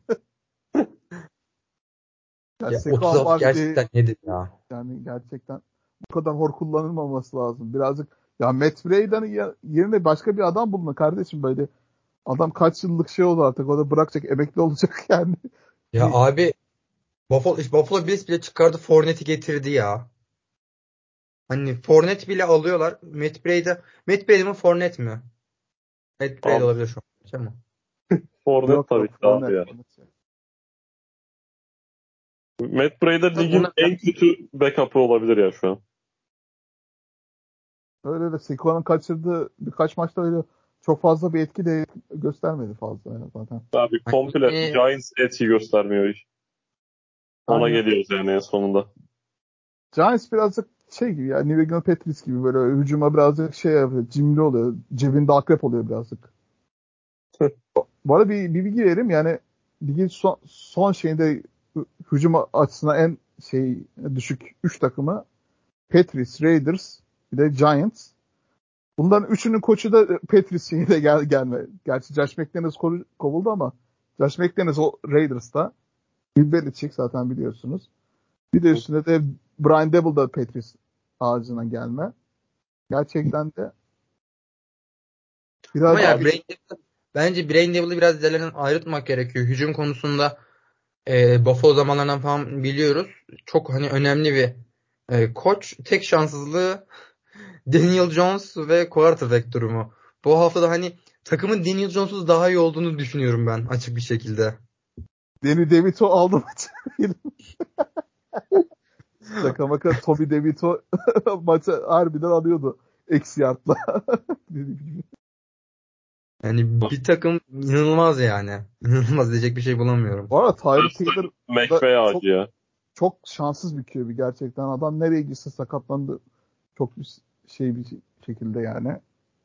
Yani Ya Sekuan otuz altı var diye gerçekten nedir ya? yani gerçekten bu kadar hor kullanılmaması lazım. Birazcık ya Matt Brada'nın ya- yerine başka bir adam bulun kardeşim böyle. Adam kaç yıllık şey oldu artık. O da bırakacak, emekli olacak yani. Ya Bir, abi Buffalo, Buffalo Bills bile çıkardı Fournette'i getirdi ya. Hani Fournette bile alıyorlar. Matt Breda. Matt Breda mı Fournette mi? Matt Breda Abi olabilir şu an. Ama. Fournette yok tabii yok ki de abi Fournette, ya. Fournette. Matt Breida ligin Ona- en kötü backup'ı olabilir ya şu an. Öyle de Sequoia'nın kaçırdığı birkaç maçta öyle çok fazla bir etki de göstermedi fazla ya zaten. Abi komple Hani- Giants etki göstermiyor hiç. Ona Aynen. geliyoruz yani en sonunda. Giants birazcık şey gibi ya New England Patriots gibi böyle hücuma birazcık şey yapıyor. Cimri oluyor. Cebinde akrep oluyor birazcık. Bu arada bir, bir bilgi vereyim yani ligin son, son şeyinde hücum açısından en şey düşük üç takımı Patriots, Raiders bir de Giants. Bunların üçünün koçu da Patriots şeyine gel, gelme. Gerçi Josh McDaniels kovuldu ama Josh McDaniels o Raiders'ta. Bill Belichick zaten biliyorsunuz. Bir de üstünde de Brian Daboll da Patriots ağacına gelme. Gerçekten de biraz Ama ya Abi- Brain Devil- bence Brain Devil'ı biraz diğerlerinden ayrıltmak gerekiyor. Hücum konusunda e, Buffalo zamanlarından falan biliyoruz. Çok hani önemli bir e, koç. Tek şanssızlığı Daniel Jones ve quarterback durumu. Bu hafta da hani takımın Daniel Jones'uz daha iyi olduğunu düşünüyorum ben açık bir şekilde. Danny DeVito aldı maçı. Şaka maka Tommy DeVito maçı harbiden alıyordu. Eksi yardla. Yani bir takım inanılmaz yani. İnanılmaz diyecek bir şey bulamıyorum. Bu arada Tyler Taylor McVay da ağacı çok, ya. çok şanssız bir Q B gerçekten. Adam nereye gitse sakatlandı. Çok bir şey bir şekilde yani.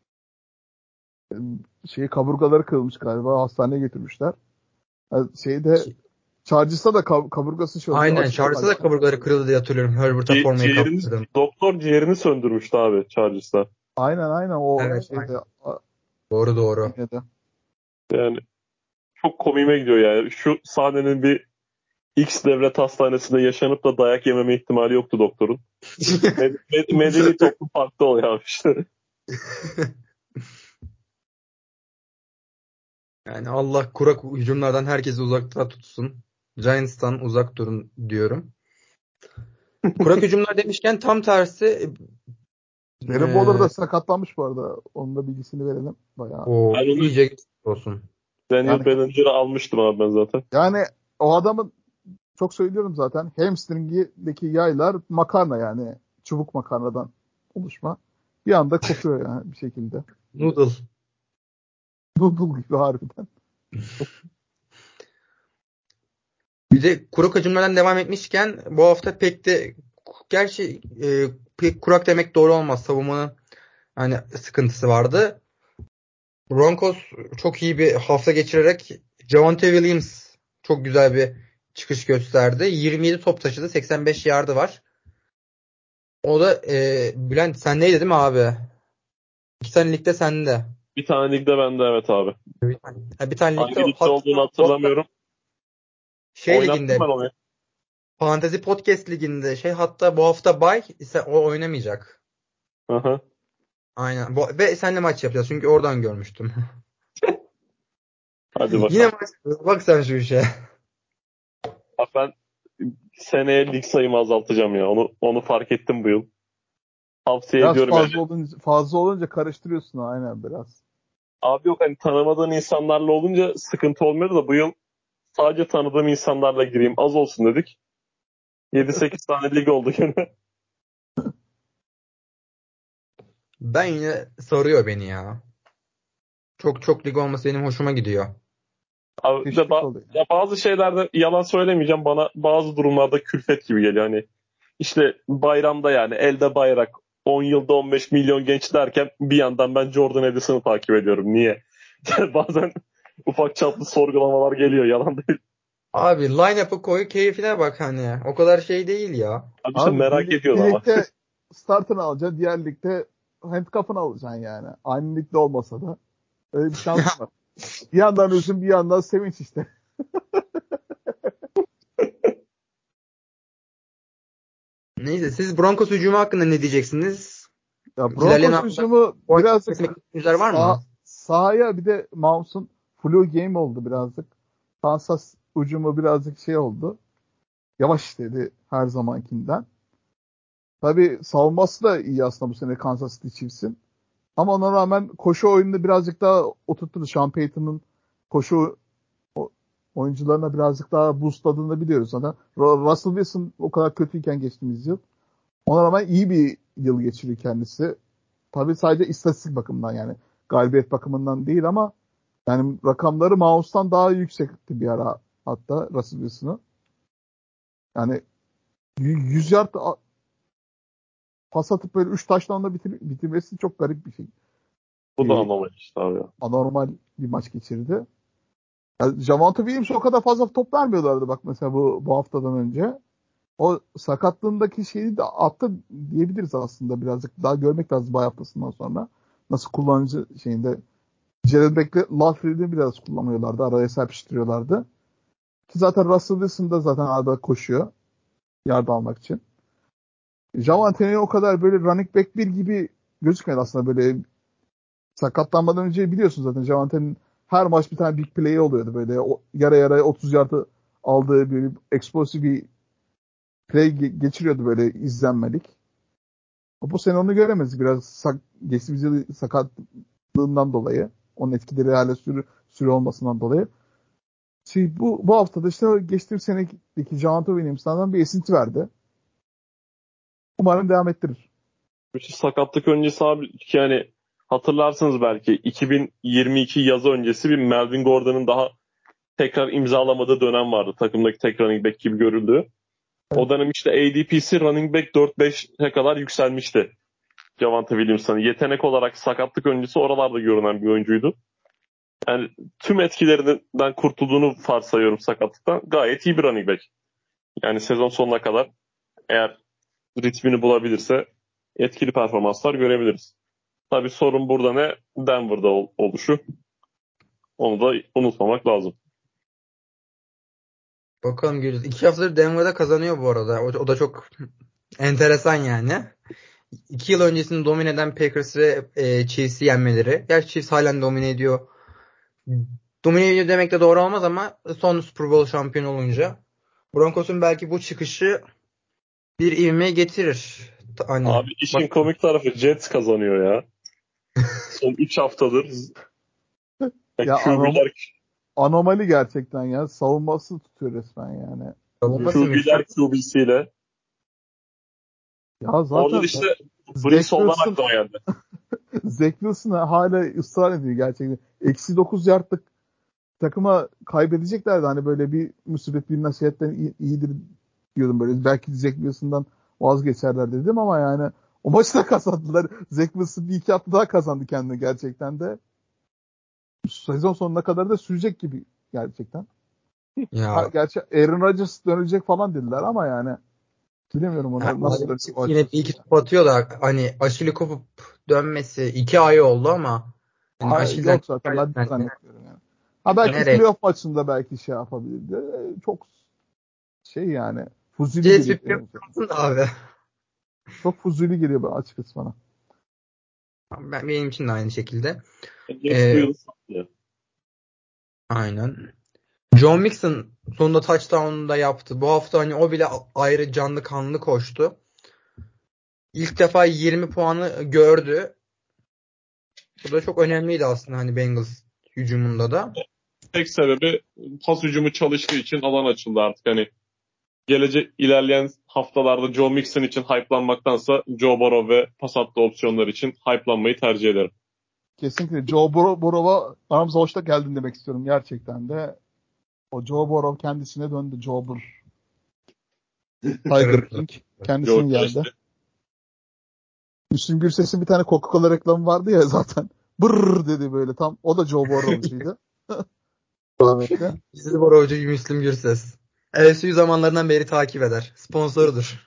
Şey kaburgaları kırılmış galiba. Hastaneye götürmüşler. Yani şeyde Chargers'ta da kab- kaburgası şey oldu. Aynen. Açık Charles'a da galiba. kaburgaları kırıldı diye hatırlıyorum. Herbert'a Ci- formayı ciğerini, kaptırdım. doktor ciğerini söndürmüştü abi Chargers'ta. Aynen aynen o Evet. şeyde a- Doğru doğru. yine de. Yani çok komiğime gidiyor yani. Şu sahnenin bir X devlet hastanesinde yaşanıp da dayak yememe ihtimali yoktu doktorun. Med- med- medeni toplum farklı oluyor işte. Yani Allah kurak hücumlardan herkesi uzakta tutsun. Giants'tan uzak durun diyorum. Kurak hücumlar demişken tam tersi Darren Waller da eee sakatlanmış bu arada. Onun da bilgisini verelim. Bayağı. o Ben onu iyice geçmiş olsun. Daniel Yani, Bellinger'ı almıştım abi ben zaten. yani o adamın çok söylüyorum zaten. Hamstring'deki yaylar makarna yani. Çubuk makarnadan oluşma. Bir anda kopuyor yani bir şekilde. Noodle. Noodle gibi harbiden. Bir de kurak hücumlardan devam etmişken bu hafta pek de gerçi e, pek kurak demek doğru olmaz. Savunmanın hani sıkıntısı vardı. Broncos çok iyi bir hafta geçirerek Javonte Williams çok güzel bir çıkış gösterdi. yirmi yedi top taşıdı. seksen beş yardı var. O da e, Bülent sen neydi değil mi abi? İki tane ligde sende. Bir tane ligde bende evet abi. Bir tane, ha, bir tane ligde Hangi ligde hatta olduğunu hatırlamıyorum. şey Oynattım liginde ben onu. Fantasy Podcast liginde şey hatta bu hafta bay ise o oynamayacak. Aha. Aynen. Bu, ve seninle maç yapacağız çünkü oradan görmüştüm. Hadi bakalım. Yine maç. Bak sen şu işe. Abi ben seneye lig sayımı azaltacağım ya. Onu onu fark ettim bu yıl. Tavsiye Biraz ediyorum fazla yani. olunca, fazla olunca karıştırıyorsun aynen biraz. Abi yok hani tanımadığın insanlarla olunca sıkıntı olmuyor da bu yıl sadece tanıdığım insanlarla gireyim. Az olsun dedik. yedi sekiz tane lig oldu gene. Ben yine sarıyor beni ya. Çok çok lig olması benim hoşuma gidiyor. Abi bir de Teşvik ba- oluyor. ya bazı şeylerde yalan söylemeyeceğim. Bana bazı durumlarda külfet gibi geliyor. Hani işte bayramda yani elde bayrak on yılda on beş milyon genç derken bir yandan ben Jordan Edison'ı takip ediyorum. Niye? Bazen ufak çaplı sorgulamalar geliyor. Yalan değil. Abi line-up'ı koy keyfine bak hani. O kadar şey değil ya. Abi işte Abi merak bir, ediyordu bir ama. ligde startını alacaksın, diğer ligde handcuff'ını alacaksın yani. Aynı ligde olmasa da. Öyle bir şans var. Bir yandan üzüm bir yandan sevinç işte. Neyse siz Broncos hücumu hakkında ne diyeceksiniz? Ya İlerleyen Broncos hafta hücumu birazcık kesmek düşünceler var sah- mı? sahaya bir de Mouse'un flu game oldu birazcık. Kansas hücumu birazcık şey oldu. Yavaş işledi her zamankinden. Tabii savunması da iyi aslında bu sene Kansas City Chiefs'in. Ama ona rağmen koşu oyununu birazcık daha oturttu. Sean Payton'ın koşu o, oyuncularına birazcık daha boostladığını biliyoruz zaten. Russell Wilson o kadar kötüyken geçtiğimiz yıl. Ona rağmen iyi bir yıl geçiriyor kendisi. Tabii sadece istatistik bakımından yani. Galibiyet bakımından değil ama yani rakamları Mahomes'tan daha yüksekti bir ara hatta Russell Wilson'ı. Yani yüz yard pas atıp böyle üç taştanla bitir, bitirmesi çok garip bir şey. Bu da Ee, anormal işte abi ya. Anormal bir maç geçirdi. Yani Javonte Williams o kadar fazla top vermiyorlardı bak mesela bu, bu haftadan önce. O sakatlığındaki şeyi de attı diyebiliriz aslında birazcık. Daha görmek lazım bu haftasından sonra. Nasıl kullanıcı şeyinde. Jared Beck'le Lafley'de biraz kullanıyorlardı. Araya serpiştiriyorlardı. Ki zaten Russell Wilson da zaten arada koşuyor. Yardım almak için. Javonte'nin o kadar böyle running back bir gibi gözükmedi aslında böyle sakatlanmadan önce biliyorsun zaten Javonte'nin her maç bir tane big play'i oluyordu böyle o, yara yara otuz yardı aldığı bir explosive bir play ge- geçiriyordu böyle izlenmelik. Bu sene onu göremez biraz sak- geçtiğimiz yıl sakatlığından dolayı onun etkileri hala sürü, sürü olmasından dolayı. Şey, bu, bu haftada işte geçtiğim seneki Javonte Williams'tan bir esinti verdi. Umarım devam ettirir. İşte sakatlık öncesi abi yani hatırlarsınız belki iki bin yirmi iki yazı öncesi bir Melvin Gordon'ın daha tekrar imzalamadığı dönem vardı. Takımdaki tek running back gibi görüldü. O dönem işte A D P'si running back dört beşe kadar yükselmişti. Javonte Williams'ın. Yetenek olarak sakatlık öncesi oralarda görünen bir oyuncuydu. Yani tüm etkilerinden kurtulduğunu varsayıyorum sakatlıktan. Gayet iyi bir running back. Yani sezon sonuna kadar eğer ritmini bulabilirse etkili performanslar görebiliriz. Tabii sorun burada ne? Denver'da ol- oluşu. Onu da unutmamak lazım. Bakalım göreceğiz. İki haftadır Denver'da kazanıyor bu arada. O, o da çok enteresan yani. İki yıl öncesini domine eden Packers ve e, Chiefs'i yenmeleri. Gerçi Chiefs halen domine ediyor. Domine ediyor demek de doğru olmaz ama son Super Bowl şampiyonu olunca Broncos'un belki bu çıkışı bir ivme getirir. Hani Abi işin bak komik tarafı Jets kazanıyor ya. Son üç haftadır. Yani Ya anom Q B'ler, anomali gerçekten ya. Savunması tutuyor resmen yani. savunması Q B'ler müthiş. Q B'siyle. Ya Orada zaten işte Zach Brees oldan Wilson aklıma geldi. Zach Wilson hala ısrar ediyor gerçekten. Eksi dokuz yardlık takıma kaybedeceklerdi. Hani böyle bir musibet bir nasihatten iyi- iyidir diyordum böyle. Belki Zach Wilson'dan vazgeçerler dedim ama yani o maçı da kazandılar. Zach Wilson bir iki hafta daha kazandı kendini gerçekten de. Sezon sonuna kadar da sürecek gibi gerçekten. Ha, Ya gerçi Aaron Rodgers dönecek falan dediler ama yani bilemiyorum Ha, ona nasıl Alex dönecek o yine bir açıkçası. iki top atıyor da hani Aşil'i kopup dönmesi iki ay oldu ama hani Ha, Aşil'den yok zaten ben yani zannetmiyorum yani. Ha belki nereye? playoff maçında belki şey yapabilirdi. Ee, Çok şey yani fuzuli Jets geliyor. bir playoff yapsın da abi. Çok fuzuli geliyor bu açıkçası bana. Ben, benim için de aynı şekilde. James bu Ee, yıl sattı. aynen. John Mixon sonunda touchdown'unu da yaptı. Bu hafta hani o bile ayrı canlı kanlı koştu. İlk defa yirmi puanı gördü. Bu da çok önemliydi aslında hani Bengals hücumunda da. Tek sebebi pas hücumu çalıştığı için alan açıldı artık. Hani gelecek ilerleyen haftalarda Joe Mixon için hype'lanmaktansa Joe Burrow ve pas hattı opsiyonlar için hype'lanmayı tercih ederim. Kesinlikle Joe Bor- Borow'a aramıza hoş da geldin demek istiyorum gerçekten de. O Joe Borow kendisine döndü. Joe Bur. Tiger King Joe kendisine geldi. işte. Müslüm Gürses'in bir tane Coca-Cola reklamı vardı ya zaten. Brrr dedi böyle tam. O da Joe Borrow'cıydı. Rahmetli. Sizi Borovcu Müslüm Gürses. L S U zamanlarından beri takip eder. Sponsorudur.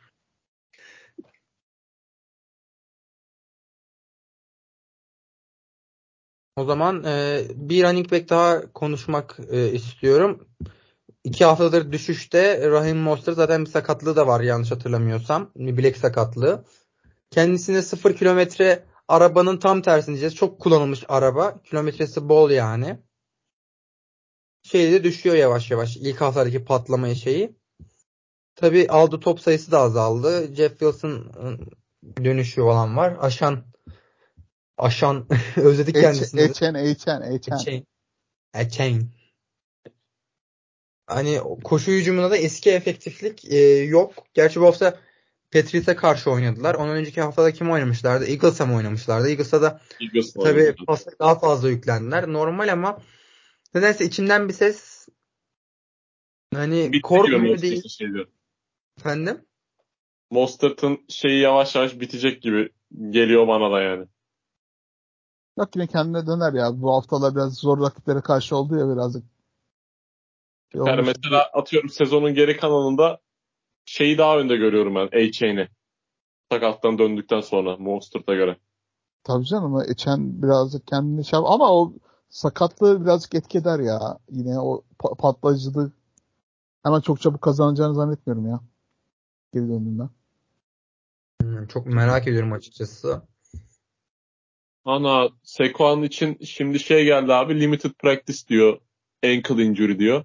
O zaman e, bir running back daha konuşmak e, istiyorum. İki haftadır düşüşte Raheem Mostert zaten bir sakatlığı da var yanlış hatırlamıyorsam. Bir bilek sakatlığı. Kendisine sıfır kilometre arabanın tam tersini diyeceğiz. Çok kullanılmış araba. Kilometresi bol yani. Şeyi de düşüyor yavaş yavaş. İlk haftalardaki patlama şeyi. Tabii aldığı top sayısı da azaldı. Jeff Wilson dönüşü olan var. Aşan aşan özledik Eç, kendisini de. Eçen, Eçen, Eçen. Chain. A chain. Hani koşu hücumunda da eski efektiflik e, yok. Gerçi bu hafta Patriots'e karşı oynadılar. Ondan önceki haftada kim oynamışlardı? Eagles'a mı oynamışlardı? Eagles'a da Eagles'la tabii oynadı. pasta daha fazla yüklendiler. Normal ama nedense içimden bir ses hani Bitti gibi korkmuyor değil Mostert'ın şeydi. efendim. Mostert'ın şeyi yavaş yavaş bitecek gibi geliyor bana da yani. Yok yine kendine döner ya. Bu haftalar biraz zor rakiplere karşı oldu ya birazcık. Şey Yani olmuş gibi. mesela atıyorum sezonun geri kalanında şeyi daha önde görüyorum ben. A-Chain'i. Sakattan döndükten sonra Mostert'a göre. Tabii canım. Geçen birazcık kendini şey ama o sakatlığı birazcık etki eder ya. Yine o pa- patlayıcılığı hemen çok çabuk kazanacağını zannetmiyorum ya. Geri döndüğünden. Hmm, çok merak ediyorum açıkçası. Ana Sekuan için şimdi şey geldi abi. Limited practice diyor. Ankle injury diyor.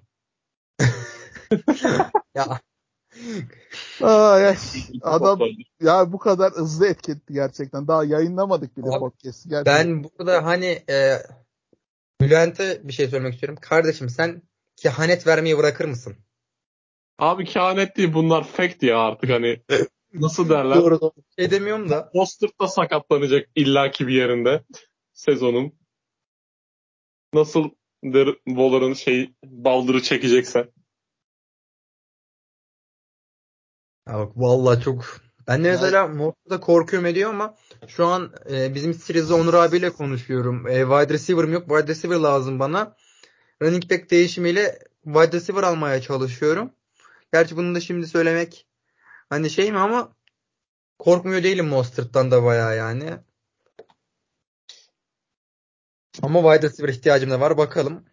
Ya Aa, ya, adam Toplandı. ya bu kadar hızlı etki etti gerçekten. Daha yayınlamadık bile abi, podcast'i. Gerçekten. ben burada hani e, Bülent'e bir şey söylemek istiyorum. Kardeşim sen kehanet vermeyi bırakır mısın? Abi kehanet değil bunlar fact ya artık hani nasıl derler? Doğru doğru. Şey demiyorum da. Mostert da sakatlanacak illaki bir yerinde sezonun. Nasıl der Waller'ın şey baldırı çekeceksen. Ya bak vallahi çok ben de Ya, mesela Mortada korkuyorum ediyor ama şu an e, bizim Series'de Onur abiyle konuşuyorum. E, wide receiver'ım yok. Wide receiver lazım bana. Running back değişimiyle wide receiver almaya çalışıyorum. Gerçi bunu da şimdi söylemek hani şey mi ama korkmuyor değilim Mostert'tan da bayağı yani. Ama wide receiver ihtiyacım da var. Bakalım.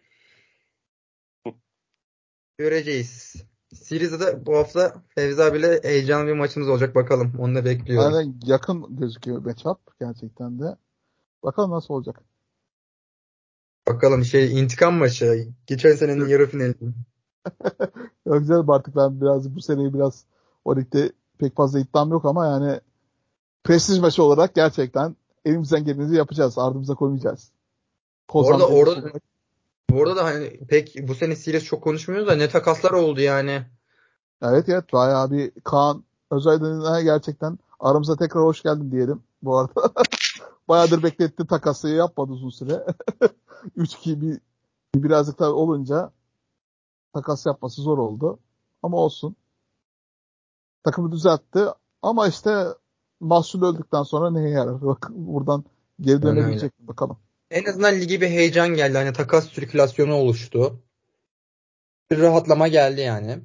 Göreceğiz. Series'de de bu hafta Fevzi abiyle heyecanlı bir maçımız olacak. Bakalım. Onu da bekliyorum. aynen yakın gözüküyor matchup gerçekten de. Bakalım nasıl olacak. Bakalım şey intikam maçı. Geçen senenin yarı finali. Ya güzel artık ben biraz bu seneyi biraz o ligde pek fazla iddiam yok ama yani prestij maçı olarak gerçekten elimizden geleni yapacağız. Ardımıza koymayacağız. Bu arada Kozan Deniz orada olarak. bu arada da hani pek bu sene Series çok konuşmuyoruz da ne takaslar oldu yani. Evet evet bayağı bir Kaan Özaydın'a gerçekten aramıza tekrar hoş geldin diyelim bu arada. Bayağıdır bekletti takası yapmadı uzun süre. üç iki bir birazcık daha olunca takas yapması zor oldu. Ama olsun. Takımı düzeltti. Ama işte mahsul öldükten sonra neye yarar? Bak buradan geri Yani öyle. dönebilecek mi bakalım. En azından lige bir heyecan geldi. Hani takas sirkülasyonu oluştu. Bir rahatlama geldi yani.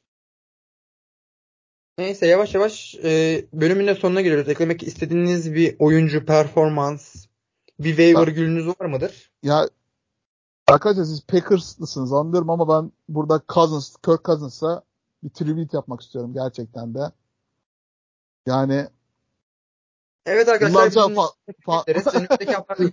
Neyse yavaş yavaş e, bölümün de sonuna geliyoruz. Eklemek istediğiniz bir oyuncu performans, bir Ya, waiver gününüz var mıdır? ya arkadaşlar siz Packers'lısınız anlıyorum ama ben burada Cousins, Kirk Cousins'a bir tribute yapmak istiyorum gerçekten de. Yani Evet arkadaşlar yıllarca biz bunu fa- fa- ederiz. Önümüzdeki hafta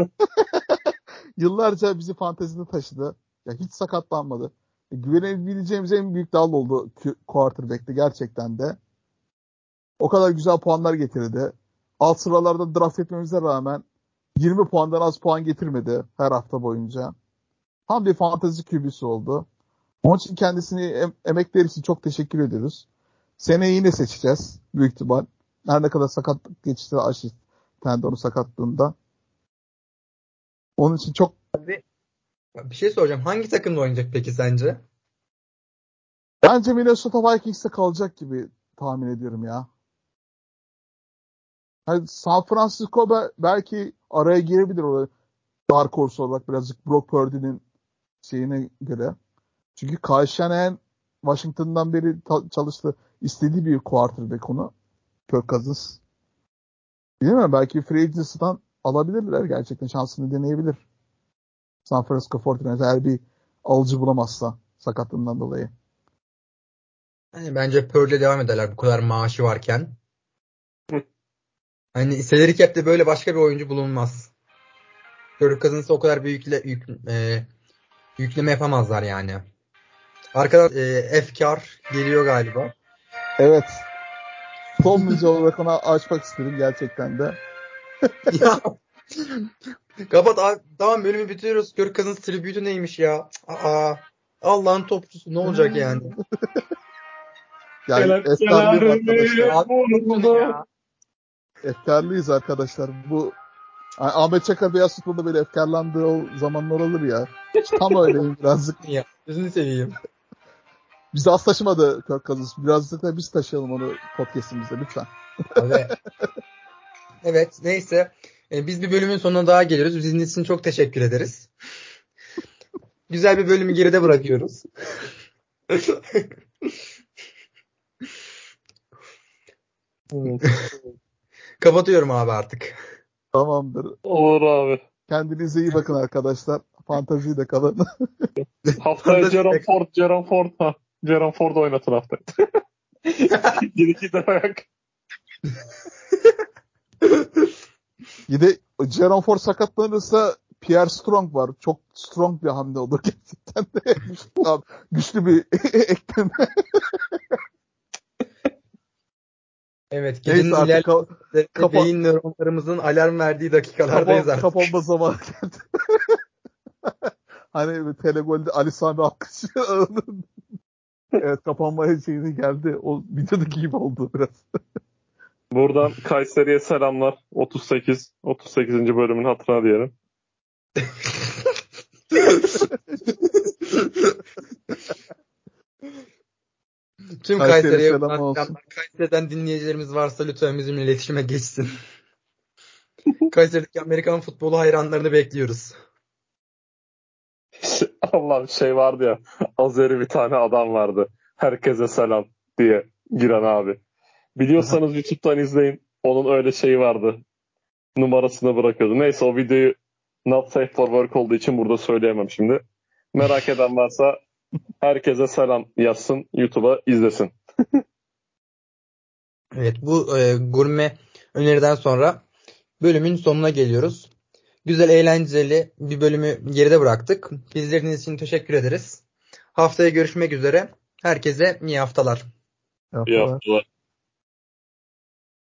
yıllarca bizi fantezide taşıdı. Ya hiç sakatlanmadı. E, güvenebileceğimiz en büyük dal oldu Q- quarterback'te gerçekten de. O kadar güzel puanlar getirdi. Alt sıralarda draft etmemize rağmen yirmi puandan az puan getirmedi her hafta boyunca. Tam bir fantezi Q B'si oldu. Onun için kendisini em- emekleri için çok teşekkür ediyoruz. Seneye yine seçeceğiz büyük ihtimal. Her ne kadar sakatlık geçti Aşil tendonu sakatlığında. Onun için çok bir şey soracağım. Hangi takımda oynayacak peki sence? bence Minnesota Vikings'te kalacak gibi tahmin ediyorum ya. Yani San Francisco be- belki araya girebilir orada Dark Horse olarak birazcık Brock Purdy'nin şeyine göre. Çünkü Kyle Shanahan Washington'dan beri ta- çalıştı. İstediği bir quarterback onu. Kirk Cousins. Bilmiyorum belki free agency'dan alabilirler. Gerçekten şansını deneyebilir. San Francisco kırk dokuz eğer bir alıcı bulamazsa sakatlığından dolayı. Hani bence Pearl'le devam ederler bu kadar maaşı varken. Hani salary cap'te böyle başka bir oyuncu bulunmaz. Kirk Cousins'a o kadar büyük yükle, yük, e, yükleme yapamazlar yani. Arkadan e, efkar geliyor galiba. Evet. Son müziği olarak ona açmak istedim gerçekten de. Ya kapat abi. Tamam bölümü bitiriyoruz. Kirk Cousins tribütü neymiş ya? Aa. Allah'ın topçusu ne olacak yani? Yani efkarlıyım arkadaşlar. Abi, Efkarlıyız arkadaşlar. Bu Ahmet Çakar Beyaz Futbol'da böyle efkarlandığı o zamanlar olur ya. Tam öyleyim birazcık. ya gözünü seveyim. Bizi az taşımadı Kirk Cousins. Birazcık da biz taşıyalım onu podcast'imizde lütfen. Abi. Evet neyse. Ee, biz bir bölümün sonuna daha geliyoruz. Dinlediğiniz için çok teşekkür ederiz. Güzel bir bölümü geride bırakıyoruz. Kapatıyorum abi artık. Tamamdır. Olur abi. Kendinize iyi bakın arkadaşlar. Fantaziyle kalın. Haftaya Jerome Ford, Jerome Ford ha. Jerome Ford oynatın haftaya. Bir iki de ayak. Bir de Jerome Ford sakatlanırsa Pierre Strong var. Çok strong bir hamle olur gerçekten de. Güçlü, abi, güçlü bir ekleme. Evet, gecenin ilerleyen kapa- beyin nöronlarımızın alarm verdiği dakikalardayız kapa- artık. Kapanma zamanı geldi. Hani Telegol'de Ali Sami Akkışı evet kapanmaya şeyini geldi. O videodaki gibi oldu biraz. Buradan Kayseri'ye selamlar. otuz sekiz otuz sekizinci bölümün hatırına diyelim. Tüm Kayseri'ye selam olsun. Kayseri'den dinleyicilerimiz varsa lütfen bizimle iletişime geçsin. Kayseri'deki Amerikan futbolu hayranlarını bekliyoruz. Allah'ım şey vardı ya. Azeri bir tane adam vardı. Herkese selam diye giren abi. Biliyorsanız YouTube'dan izleyin. Onun öyle şeyi vardı. Numarasını bırakıyordu. Neyse o videoyu not safe for work olduğu için burada söyleyemem şimdi. Merak eden varsa herkese selam yazsın. YouTube'a izlesin. Evet bu e, gurme öneriden sonra bölümün sonuna geliyoruz. Güzel eğlenceli bir bölümü geride bıraktık. İzlediğiniz için teşekkür ederiz. Haftaya görüşmek üzere. Herkese iyi haftalar. İyi haftalar. İyi haftalar.